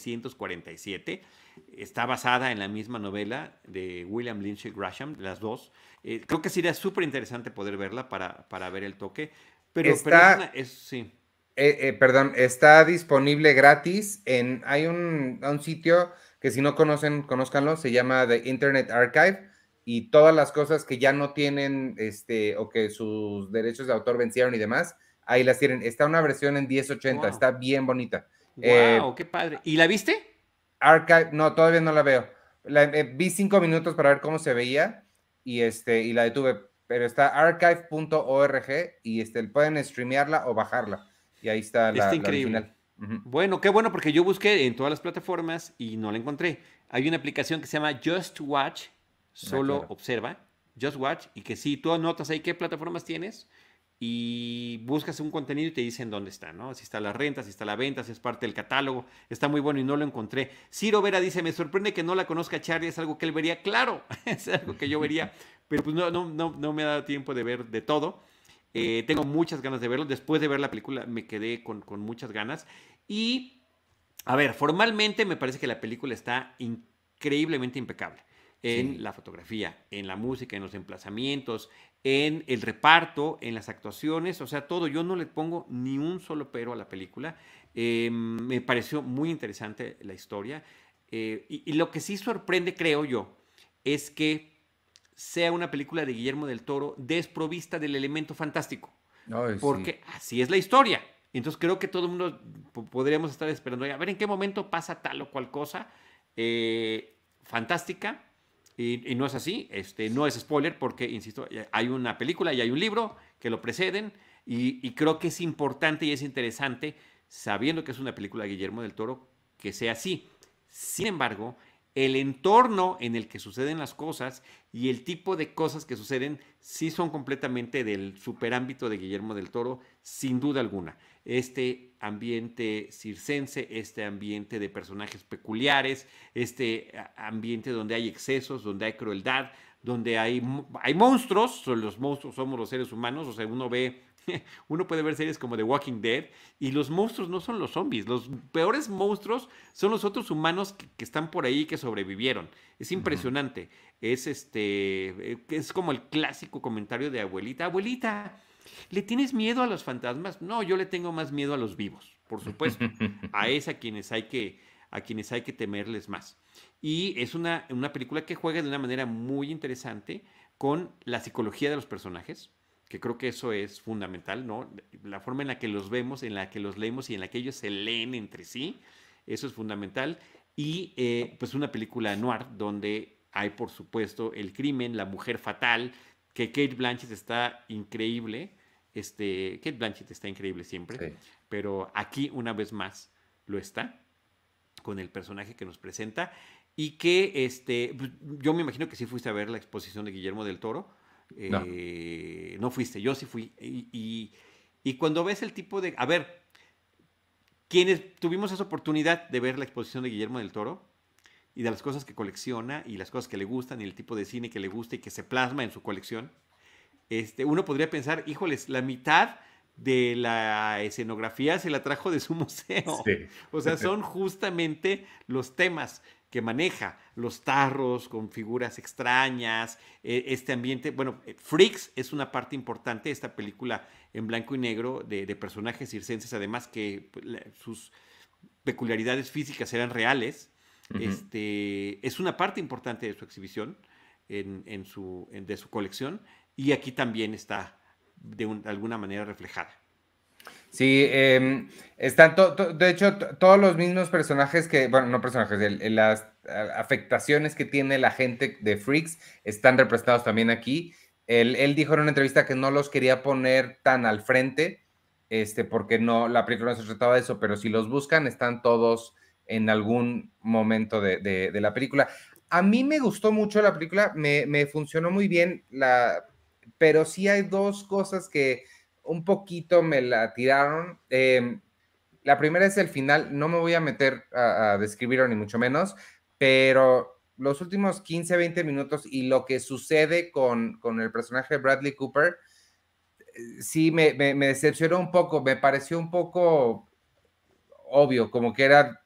1947. Está basada en la misma novela de William Lynch Gresham, las dos. Creo que sería súper interesante poder verla para ver el toque. Pero Está, sí. perdón, está disponible gratis hay un sitio que si no conocen, conózcanlo, se llama The Internet Archive y todas las cosas que ya no tienen, o que sus derechos de autor vencieron y demás, ahí las tienen. Está una versión en 1080, Wow. está bien bonita. Wow, qué padre. ¿Y la viste? Archive, no, todavía no la veo. Vi 5 minutos para ver cómo se veía y la detuve, pero está archive.org y pueden streamearla o bajarla. Y ahí está Está la increíble. original. Ujú. Bueno, qué bueno porque yo busqué en todas las plataformas y no la encontré. Hay una aplicación que se llama Just Watch, Ah, solo claro. observa, Just Watch, y que si tú anotas ahí qué plataformas tienes y buscas un contenido y te dicen dónde está, ¿no? Si está la renta, si está la venta, si es parte del catálogo. Está muy bueno y no lo encontré. Ciro Vera dice, me sorprende que no la conozca Charlie, es algo que él vería. Claro, es algo que yo vería, pero pues no me ha dado tiempo de ver de todo. Tengo muchas ganas de verlo. Después de ver la película me quedé con muchas ganas. Y, a ver, formalmente me parece que la película está increíblemente impecable. En Sí. la fotografía, en la música, en los emplazamientos, en el reparto, en las actuaciones, o sea, todo. Yo no le pongo ni un solo pero a la película. Me pareció muy interesante la historia. Y lo que sí sorprende, creo yo, es que sea una película de Guillermo del Toro desprovista del elemento fantástico, Ay, sí. porque así es la historia. Entonces creo que todo el mundo podríamos estar esperando a ver en qué momento pasa tal o cual cosa fantástica. Y no es así, no es spoiler porque, insisto, hay una película y hay un libro que lo preceden y creo que es importante y es interesante, sabiendo que es una película de Guillermo del Toro, que sea así. Sin embargo, el entorno en el que suceden las cosas y el tipo de cosas que suceden sí son completamente del superámbito de Guillermo del Toro, sin duda alguna. Este ambiente circense, este ambiente de personajes peculiares, este ambiente donde hay excesos, donde hay crueldad, donde hay monstruos, los monstruos somos los seres humanos, o sea, uno puede ver series como The Walking Dead y los monstruos no son los zombies, los peores monstruos son los otros humanos que están por ahí que sobrevivieron. Es Ujú. impresionante. Es como el clásico comentario de abuelita. Abuelita, ¿le tienes miedo a los fantasmas? No, yo le tengo más miedo a los vivos, por supuesto. A quienes hay que temerles más. Y es una película que juega de una manera muy interesante con la psicología de los personajes, que creo que eso es fundamental, ¿no? La forma en la que los vemos, en la que los leemos y en la que ellos se leen entre sí, eso es fundamental. Y pues una película noir donde hay, por supuesto, el crimen, la mujer fatal, que Kate Blanchett está increíble. Kate Blanchett está increíble siempre, Sí. pero aquí una vez más lo está con el personaje que nos presenta y que pues, yo me imagino que sí fuiste a ver la exposición de Guillermo del Toro. No. No fuiste, yo sí fui. Y cuando ves el tipo de... A ver, quienes tuvimos esa oportunidad de ver la exposición de Guillermo del Toro y de las cosas que colecciona y las cosas que le gustan y el tipo de cine que le gusta y que se plasma en su colección, uno podría pensar, híjoles, la mitad de la escenografía se la trajo de su museo. Sí. O sea, son justamente los temas que maneja, los tarros con figuras extrañas, este ambiente. Bueno, Freaks es una parte importante de esta película en blanco y negro de personajes circenses, además que pues, sus peculiaridades físicas eran reales. Ujú. Es una parte importante de su exhibición, de su colección, y aquí también está de alguna manera reflejada. Sí, están, de hecho, todos los mismos personajes que, bueno, no personajes, las afectaciones que tiene la gente de Freaks están representados también aquí. Él dijo en una entrevista que no los quería poner tan al frente, porque no, la película no se trataba de eso, pero si los buscan, están todos en algún momento de la película. A mí me gustó mucho la película, me funcionó muy bien, pero sí hay dos cosas que un poquito me la tiraron. La primera es el final, no me voy a meter a describirlo ni mucho menos, pero los últimos 15, 20 minutos y lo que sucede con el personaje de Bradley Cooper, sí me decepcionó un poco, me pareció un poco obvio, como que era,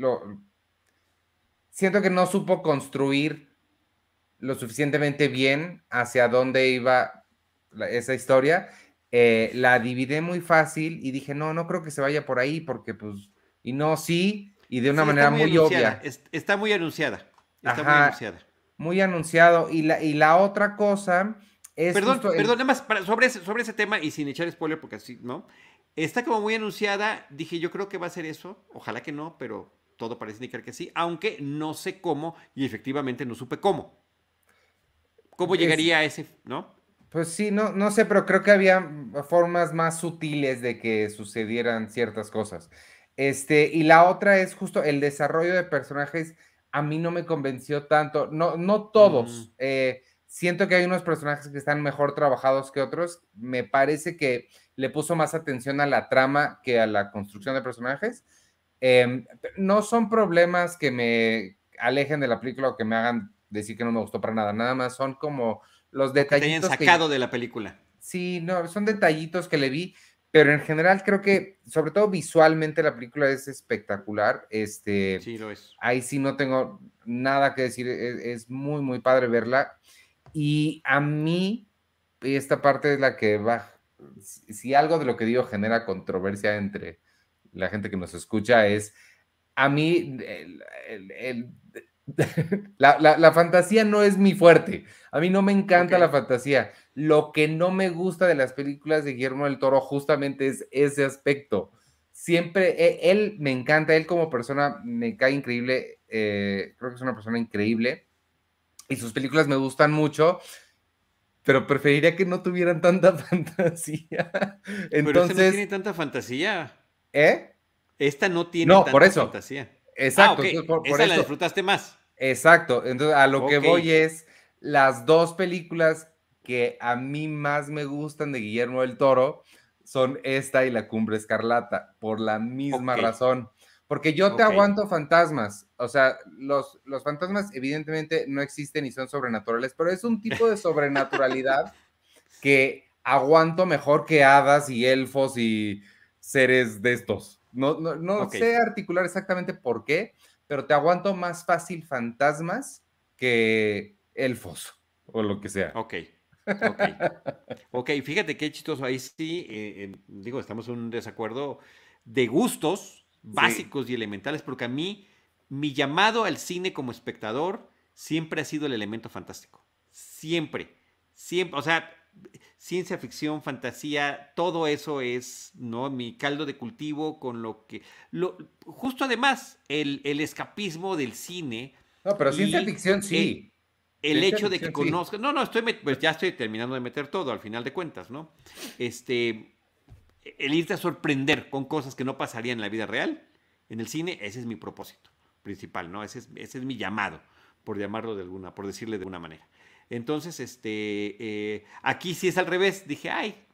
siento que no supo construir lo suficientemente bien hacia dónde iba esa historia. La dividí muy fácil y dije, no, no creo que se vaya por ahí, porque pues, y no, sí, y de una Sí, está manera muy muy anunciada, obvia. está muy anunciada, está muy Ajá, anunciada. muy anunciado. Y la otra cosa es Perdón, justo perdón, el... nada más sobre ese tema y sin echar spoiler, porque así, ¿no? Está como muy anunciada. Dije, yo creo que va a ser eso. Ojalá que no, pero todo parece indicar que sí. Aunque no sé cómo y efectivamente no supe cómo. ¿Cómo es- llegaría a ese, no? pues sí, no, no sé, pero creo que había formas más sutiles de que sucedieran ciertas cosas. Y la otra es justo el desarrollo de personajes. A mí no me convenció tanto, no, no Mm, todos. Siento que hay unos personajes que están mejor trabajados que otros. Me parece que le puso más atención a la trama que a la construcción de personajes. No son problemas que me alejen de la película o que me hagan decir que no me gustó para nada. Nada más son como los o que te hayan detallitos que, sacado de la película. sí, no, son detallitos que le vi, pero en general creo que, sobre todo visualmente, la película es espectacular. Sí, lo es. Ahí sí no tengo nada que decir, es muy, muy padre verla. Y a mí, esta parte es la que va, si algo de lo que digo genera controversia entre la gente que nos escucha, es a mí, la fantasía no es mi fuerte. A mí no me Ok. encanta la fantasía. Lo que no me gusta de las películas de Guillermo del Toro justamente es ese aspecto. Siempre, él me encanta, él como persona me cae increíble, creo que es una persona increíble y sus películas me gustan mucho, pero preferiría que no tuvieran tanta fantasía. Pero esta no Entonces, tiene tanta fantasía. ¿eh? Esta no tiene No, por tanta eso. fantasía. Ah, Exacto, ok. entonces por Esa la eso. disfrutaste más. Exacto. Entonces, a lo que Ok. voy es las dos películas que a mí más me gustan de Guillermo del Toro son esta y La Cumbre Escarlata, por la misma Ok. razón. Porque yo te Ok. aguanto fantasmas. O sea, los fantasmas evidentemente no existen y son sobrenaturales, pero es un tipo de sobrenaturalidad que aguanto mejor que hadas y elfos y seres de estos. No, no, no Ok. sé articular exactamente por qué, pero te aguanto más fácil fantasmas que elfos o lo que sea. Ok. Ok. Ok, fíjate qué chistoso. Ahí sí, digo, estamos en un desacuerdo de gustos Sí, básicos y elementales, porque a mí, mi llamado al cine como espectador siempre ha sido el elemento fantástico. Siempre. Siempre. O sea, ciencia ficción, fantasía, todo eso es, ¿no? Mi caldo de cultivo con lo que. Justo además, el escapismo del cine no, pero ciencia y ficción el, sí. el Ciencia hecho de que ficción sí. conozca, no, no, pues ya estoy terminando de meter todo al final de cuentas, ¿no? Este, el irte a sorprender con cosas que no pasarían en la vida real, en el cine, ese es mi propósito principal, ¿no? Ese es mi llamado, por llamarlo de alguna, por decirle de alguna manera. Entonces, aquí sí es al revés, dije, ay,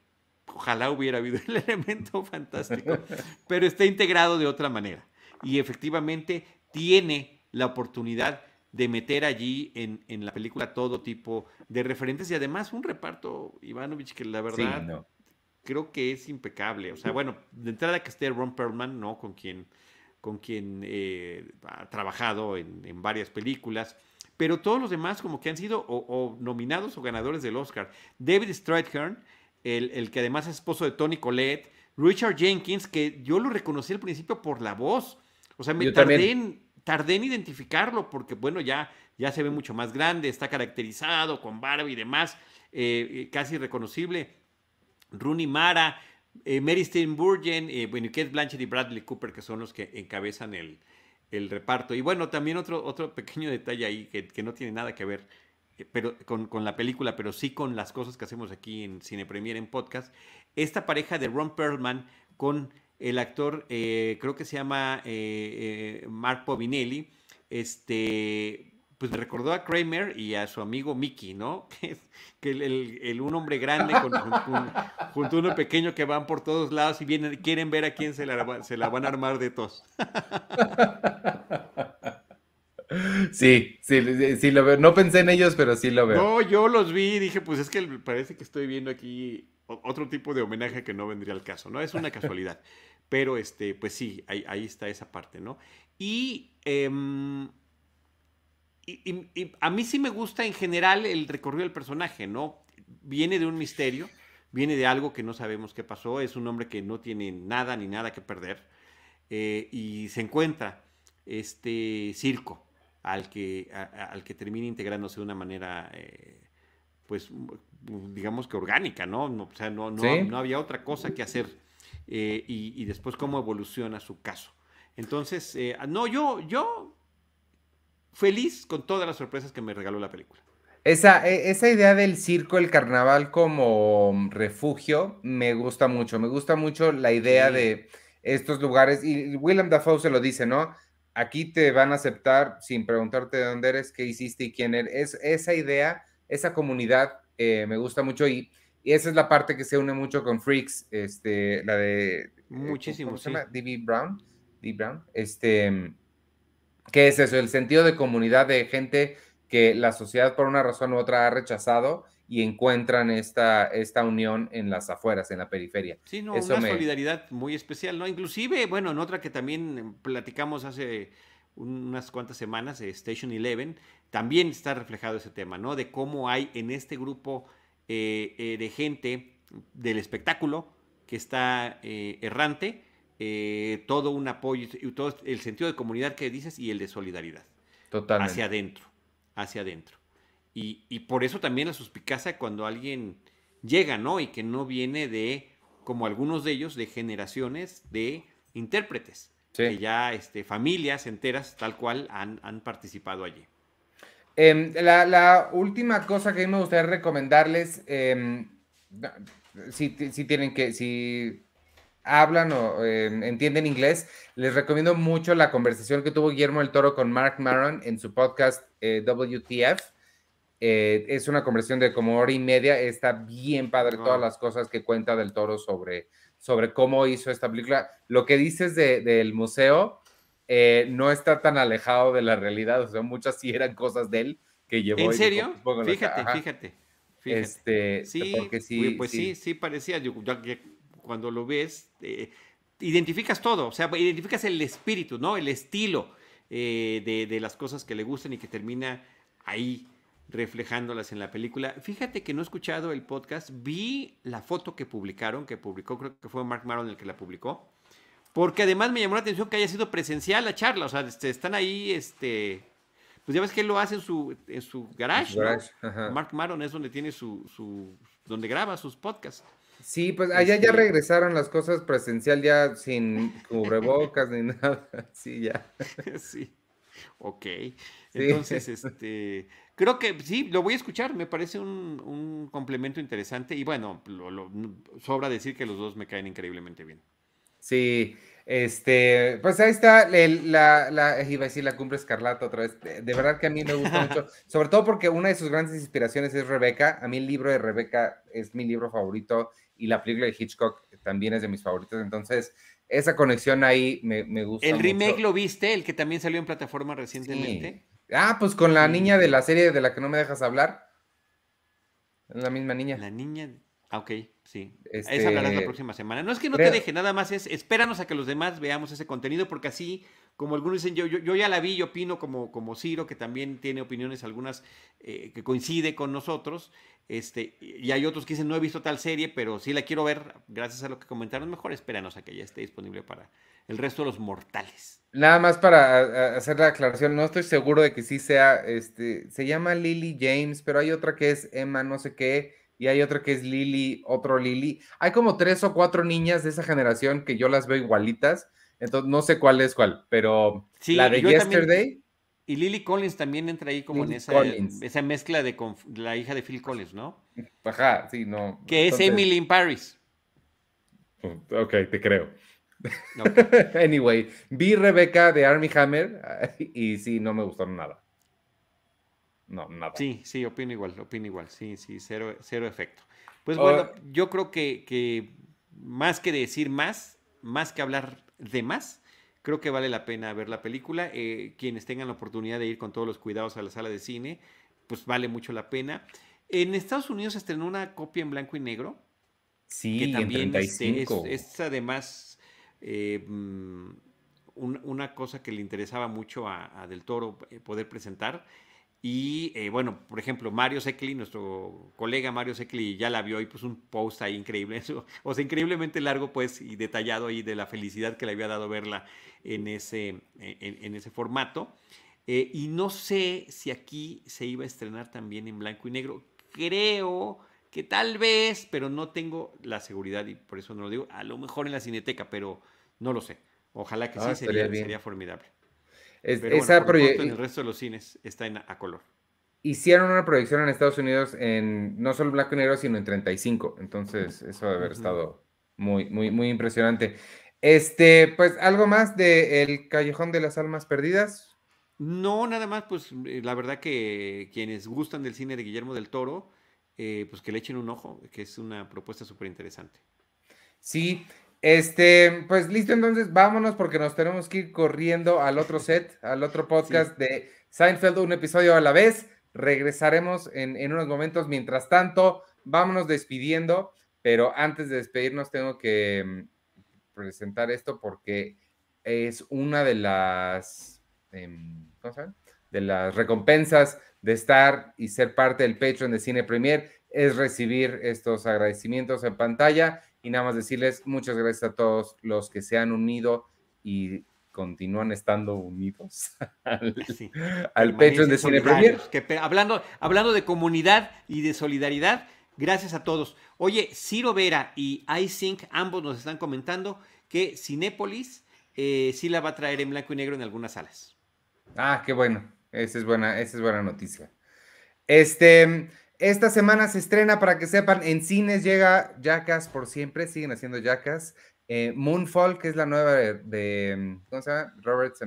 ojalá hubiera habido el elemento fantástico, pero está integrado de otra manera. Y efectivamente tiene la oportunidad de meter allí en la película todo tipo de referentes y además un reparto, Ivanovich, que la Sí, verdad no. creo que es impecable. O sea, bueno, de entrada que esté Ron Perlman, ¿no? Con quien ha trabajado en varias películas, pero todos los demás como que han sido o nominados o ganadores del Oscar. David Strathairn, el que además es esposo de Toni Collette, Richard Jenkins, que yo lo reconocí al principio por la voz. O sea, me Yo tardé también. en, tardé en identificarlo porque, bueno, ya se ve mucho más grande, está caracterizado con barba y demás, casi reconocible. Rooney Mara, Mary Steenburgen, bueno, Kate Blanchett y Bradley Cooper, que son los que encabezan el reparto. Y bueno, también otro pequeño detalle ahí que no tiene nada que ver pero, con la película, pero sí con las cosas que hacemos aquí en Cine Premier en podcast. Esta pareja de Ron Perlman con el actor, creo que se llama Mark Povinelli, pues me recordó a Kramer y a su amigo Mickey, ¿no? Que un hombre grande junto a uno pequeño que van por todos lados y quieren ver a quién se la van a armar de tos. Sí, sí, sí, sí lo veo. No pensé en ellos, pero sí lo veo. No, yo los vi y dije, pues es que parece que estoy viendo aquí otro tipo de homenaje que no vendría al caso, ¿no? Es una casualidad. Pero pues sí, ahí está esa parte, ¿no? Y, y a mí sí me gusta en general el recorrido del personaje, ¿no? Viene de un misterio, viene de algo que no sabemos qué pasó, es un hombre que no tiene nada ni nada que perder y se encuentra este circo al que termina integrándose de una manera, pues, digamos que orgánica, ¿no? O sea, no Sí. había otra cosa que hacer y después cómo evoluciona su caso. Entonces, no, yo feliz con todas las sorpresas que me regaló la película. Esa idea del circo, el carnaval como refugio, me gusta mucho. Me gusta mucho la idea Sí, de estos lugares. Y Willem Dafoe se lo dice, ¿no? Aquí te van a aceptar sin preguntarte de dónde eres, qué hiciste y quién eres. Esa idea, esa comunidad, me gusta mucho. Y esa es la parte que se une mucho con Freaks, la de, muchísimo, ¿cómo se sí. llama? D.B. Brown. D. Brown. ¿Qué es eso? El sentido de comunidad de gente que la sociedad por una razón u otra ha rechazado y encuentran esta unión en las afueras, en la periferia. Sí, no, Eso una me... solidaridad muy especial, ¿no? Inclusive, bueno, en otra que también platicamos hace unas cuantas semanas, Station Eleven, también está reflejado ese tema, ¿no? De cómo hay en este grupo de gente del espectáculo que está errante, todo un apoyo y todo el sentido de comunidad que dices y el de solidaridad hacia Totalmente. adentro, hacia adentro. Y por eso también la suspicacia cuando alguien llega, ¿no? Y que no viene de, como algunos de ellos, de generaciones de intérpretes, que Sí. ya familias enteras tal cual han participado allí. La última cosa que a mí me gustaría recomendarles, si tienen que, si hablan o entienden inglés, les recomiendo mucho la conversación que tuvo Guillermo del Toro con Mark Maron en su podcast WTF. Es una conversación de como hora y media. Está bien padre todas Wow. las cosas que cuenta del Toro sobre cómo hizo esta película. Lo que dices del museo no está tan alejado de la realidad. O sea, muchas sí eran cosas de él que llevó ¿En y dijo, serio? pues pónganlo acá. Fíjate, Ajá. fíjate, fíjate. Sí, Porque sí, pues sí, sí, sí parecía. Cuando lo ves, identificas todo, o sea, identificas el espíritu, ¿no? El estilo de las cosas que le gustan y que termina ahí reflejándolas en la película. Fíjate que no he escuchado el podcast, vi la foto que publicó, creo que fue Mark Maron el que la publicó, porque además me llamó la atención que haya sido presencial la charla, o sea, están ahí, pues ya ves que él lo hace en su en su garage, ¿no? garage. Ajá. Mark Maron es donde tiene donde graba sus podcasts. Sí, pues allá ya Este, regresaron las cosas presencial, ya sin cubrebocas ni nada. Sí, ya. sí, ok. Sí. Entonces, creo que sí, lo voy a escuchar, me parece un complemento interesante y bueno, sobra decir que los dos me caen increíblemente bien. Sí. Pues ahí está, iba a decir la Cumbre Escarlata otra vez. De verdad que a mí me gusta mucho, sobre todo porque una de sus grandes inspiraciones es Rebeca. A mí el libro de Rebeca es mi libro favorito y la película de Hitchcock también es de mis favoritos. Entonces, esa conexión ahí me gusta ¿El remake mucho. lo viste? ¿El que también salió en plataforma Sí. recientemente? Pues con la niña Sí. de la serie de la que no me dejas hablar. Es la misma niña. La niña. Ah, ok, sí. A esa hablarás la Este, próxima semana. No es que no te creo, deje, nada más es espéranos a que los demás veamos ese contenido, porque así, como algunos dicen, yo ya la vi, yo opino como Ciro, que también tiene opiniones algunas que coincide con nosotros. Y hay otros que dicen, no he visto tal serie, pero sí la quiero ver, gracias a lo que comentaron. Mejor espéranos a que ya esté disponible para el resto de los mortales. nada más para hacer la aclaración, no estoy seguro de que sí sea, se llama Lily James, pero hay otra que es Emma no sé qué, y hay otra que es Lily, otro Lily. Hay como 3 o 4 niñas de esa generación que yo las veo igualitas, entonces no sé cuál es cuál, pero la Sí, y de yo también, Yesterday, y Lily Collins también entra ahí como en Lily esa, Collins. esa mezcla de con la hija de Phil Collins, ¿no? Ajá, sí, no, Que es entonces, Emily in Paris. ok, te creo. Ok. Anyway, vi Rebecca de Armie Hammer y sí, no me gustaron nada. No, nada. Sí, sí, opino igual. Sí, sí, cero efecto. Pues Oh, bueno, yo creo que más que decir más que hablar de más, creo que vale la pena ver la película. Quienes tengan la oportunidad de ir con todos los cuidados a la sala de cine, pues vale mucho la pena. En Estados Unidos se estrenó una copia en blanco y negro, que sí, en también 35. es además eh, mm, una cosa que le interesaba mucho a Del Toro poder presentar. Y bueno, por ejemplo, Mario Secli, nuestro colega Mario Secli ya la vio y puso un post ahí increíble, eso, o sea, increíblemente largo pues y detallado ahí de la felicidad que le había dado verla en ese formato. Y no sé si aquí se iba a estrenar también en blanco y negro. Creo que tal vez, pero no tengo la seguridad y por eso no lo digo. A lo mejor en la Cineteca, pero no lo sé. Ojalá que sí, Estaría sería bien. formidable. Es- Pero bueno, esa por lo pronto en el proye- resto de los cines está a color. Hicieron una proyección en Estados Unidos en no solo blanco y negro, sino en 35. Entonces, eso debe haber Ujú. estado muy, muy, muy impresionante. Pues algo más de El Callejón de las Almas Perdidas. No, nada más, pues la verdad que quienes gustan del cine de Guillermo del Toro, pues que le echen un ojo, que es una propuesta súper interesante. Sí, pues listo, entonces vámonos porque nos tenemos que ir corriendo al otro set, al otro Sí, podcast de Seinfeld, un episodio a la vez. Regresaremos en unos momentos. Mientras tanto, vámonos despidiendo, pero antes de despedirnos tengo que presentar esto porque es una de las, ¿cómo se llama? De las recompensas de estar y ser parte del Patreon de Cine Premier, es recibir estos agradecimientos en pantalla y nada más decirles muchas gracias a todos los que se han unido y continúan estando unidos sí. al Patreon de Permanecen Cine Premier. solidarios. Hablando de comunidad y de solidaridad, gracias a todos. Oye, Ciro Vera y iSync, ambos nos están comentando que Cinépolis sí la va a traer en blanco y negro en algunas salas. Qué bueno, esa es buena noticia. Esta semana se estrena, para que sepan, en cines llega Jackass por siempre, siguen haciendo Jackass. Moonfall, que es la nueva ¿cómo se llama?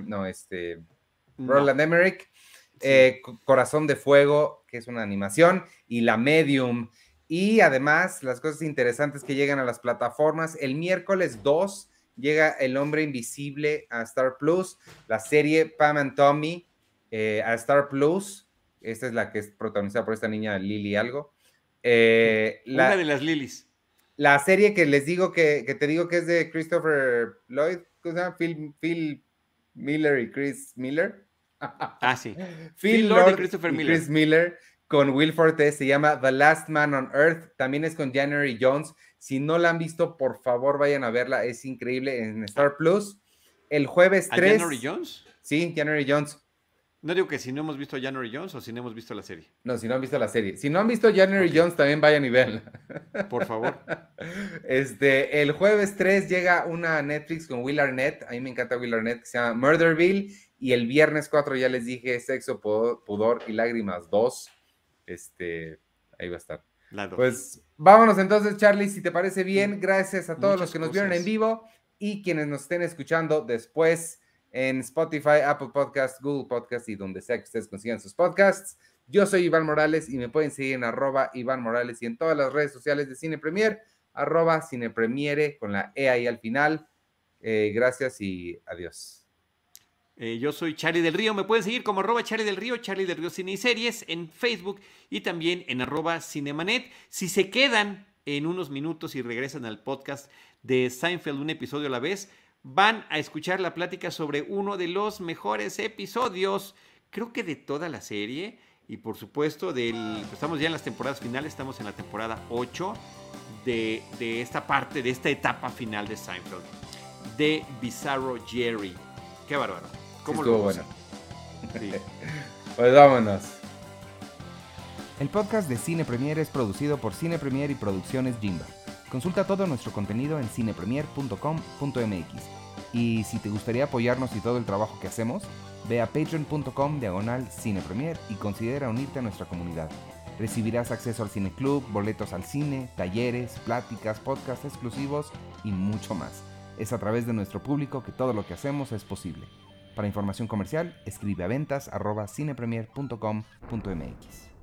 No, Roland Emmerich. sí. Corazón de Fuego, que es una animación, y La Medium. Y además, las cosas interesantes que llegan a las plataformas, el miércoles 2 llega El Hombre Invisible a Star Plus, la serie Pam and Tommy a Star Plus. Esta es la que es protagonizada por esta niña Lily algo. Una La, de las Lilies. la serie que les digo que te digo que es de Christopher Lloyd, ¿cómo se llama? Phil Miller y Chris Miller. Ah, sí. Phil Phil Lord y Lord Christopher y Chris Miller. Miller con Will Forte, se llama The Last Man on Earth, también es con January Jones. Si no la han visto, por favor vayan a verla, es increíble en ¿A, Star Plus. El jueves a January 3, Jones? sí, January Jones. No digo que si no hemos visto a January Jones o si no hemos visto la serie. No, si no han visto la serie. Si no han visto January Ok, Jones, también vayan y veanla. por favor. El jueves 3 llega una Netflix con Will Arnett. A mí me encanta Will Arnett, que se llama Murderville. Y el viernes 4 ya les dije Sexo, Pudor y Lágrimas 2. Ahí va a estar. La dos. Pues vámonos entonces, Charlie, si te parece bien. Mm, Gracias a todos los Muchas que nos vieron en cosas. vivo. y quienes nos estén escuchando después en Spotify, Apple Podcasts, Google Podcasts y donde sea que ustedes consigan sus podcasts. Yo soy Iván Morales y me pueden seguir en @Iván Morales y en todas las redes sociales de Cine Premier, @cinepremiere con la E ahí al final. Gracias y adiós. Yo soy Charlie del Río, me pueden seguir como @Charlie del Río, Charlie del Río Cine y Series en Facebook y también en @Cinemanet. Si se quedan en unos minutos y regresan al podcast de Seinfeld, un episodio a la vez, van a escuchar la plática sobre uno de los mejores episodios, creo que de toda la serie, y por supuesto, estamos ya en las temporadas finales, estamos en la temporada 8 de esta parte, de esta etapa final de Seinfeld, de Bizarro Jerry. Qué bárbaro. ¿Cómo sí, estuvo bueno? Sí. Pues vámonos. El podcast de Cine Premier es producido por Cine Premier y Producciones Jimba. Consulta todo nuestro contenido en cinepremier.com.mx. Y si te gustaría apoyarnos y todo el trabajo que hacemos, ve a patreon.com/cinepremier y considera unirte a nuestra comunidad. Recibirás acceso al Cine Club, boletos al cine, talleres, pláticas, podcasts exclusivos y mucho más. Es a través de nuestro público que todo lo que hacemos es posible. Para información comercial, escribe a ventas@cinepremier.com.mx.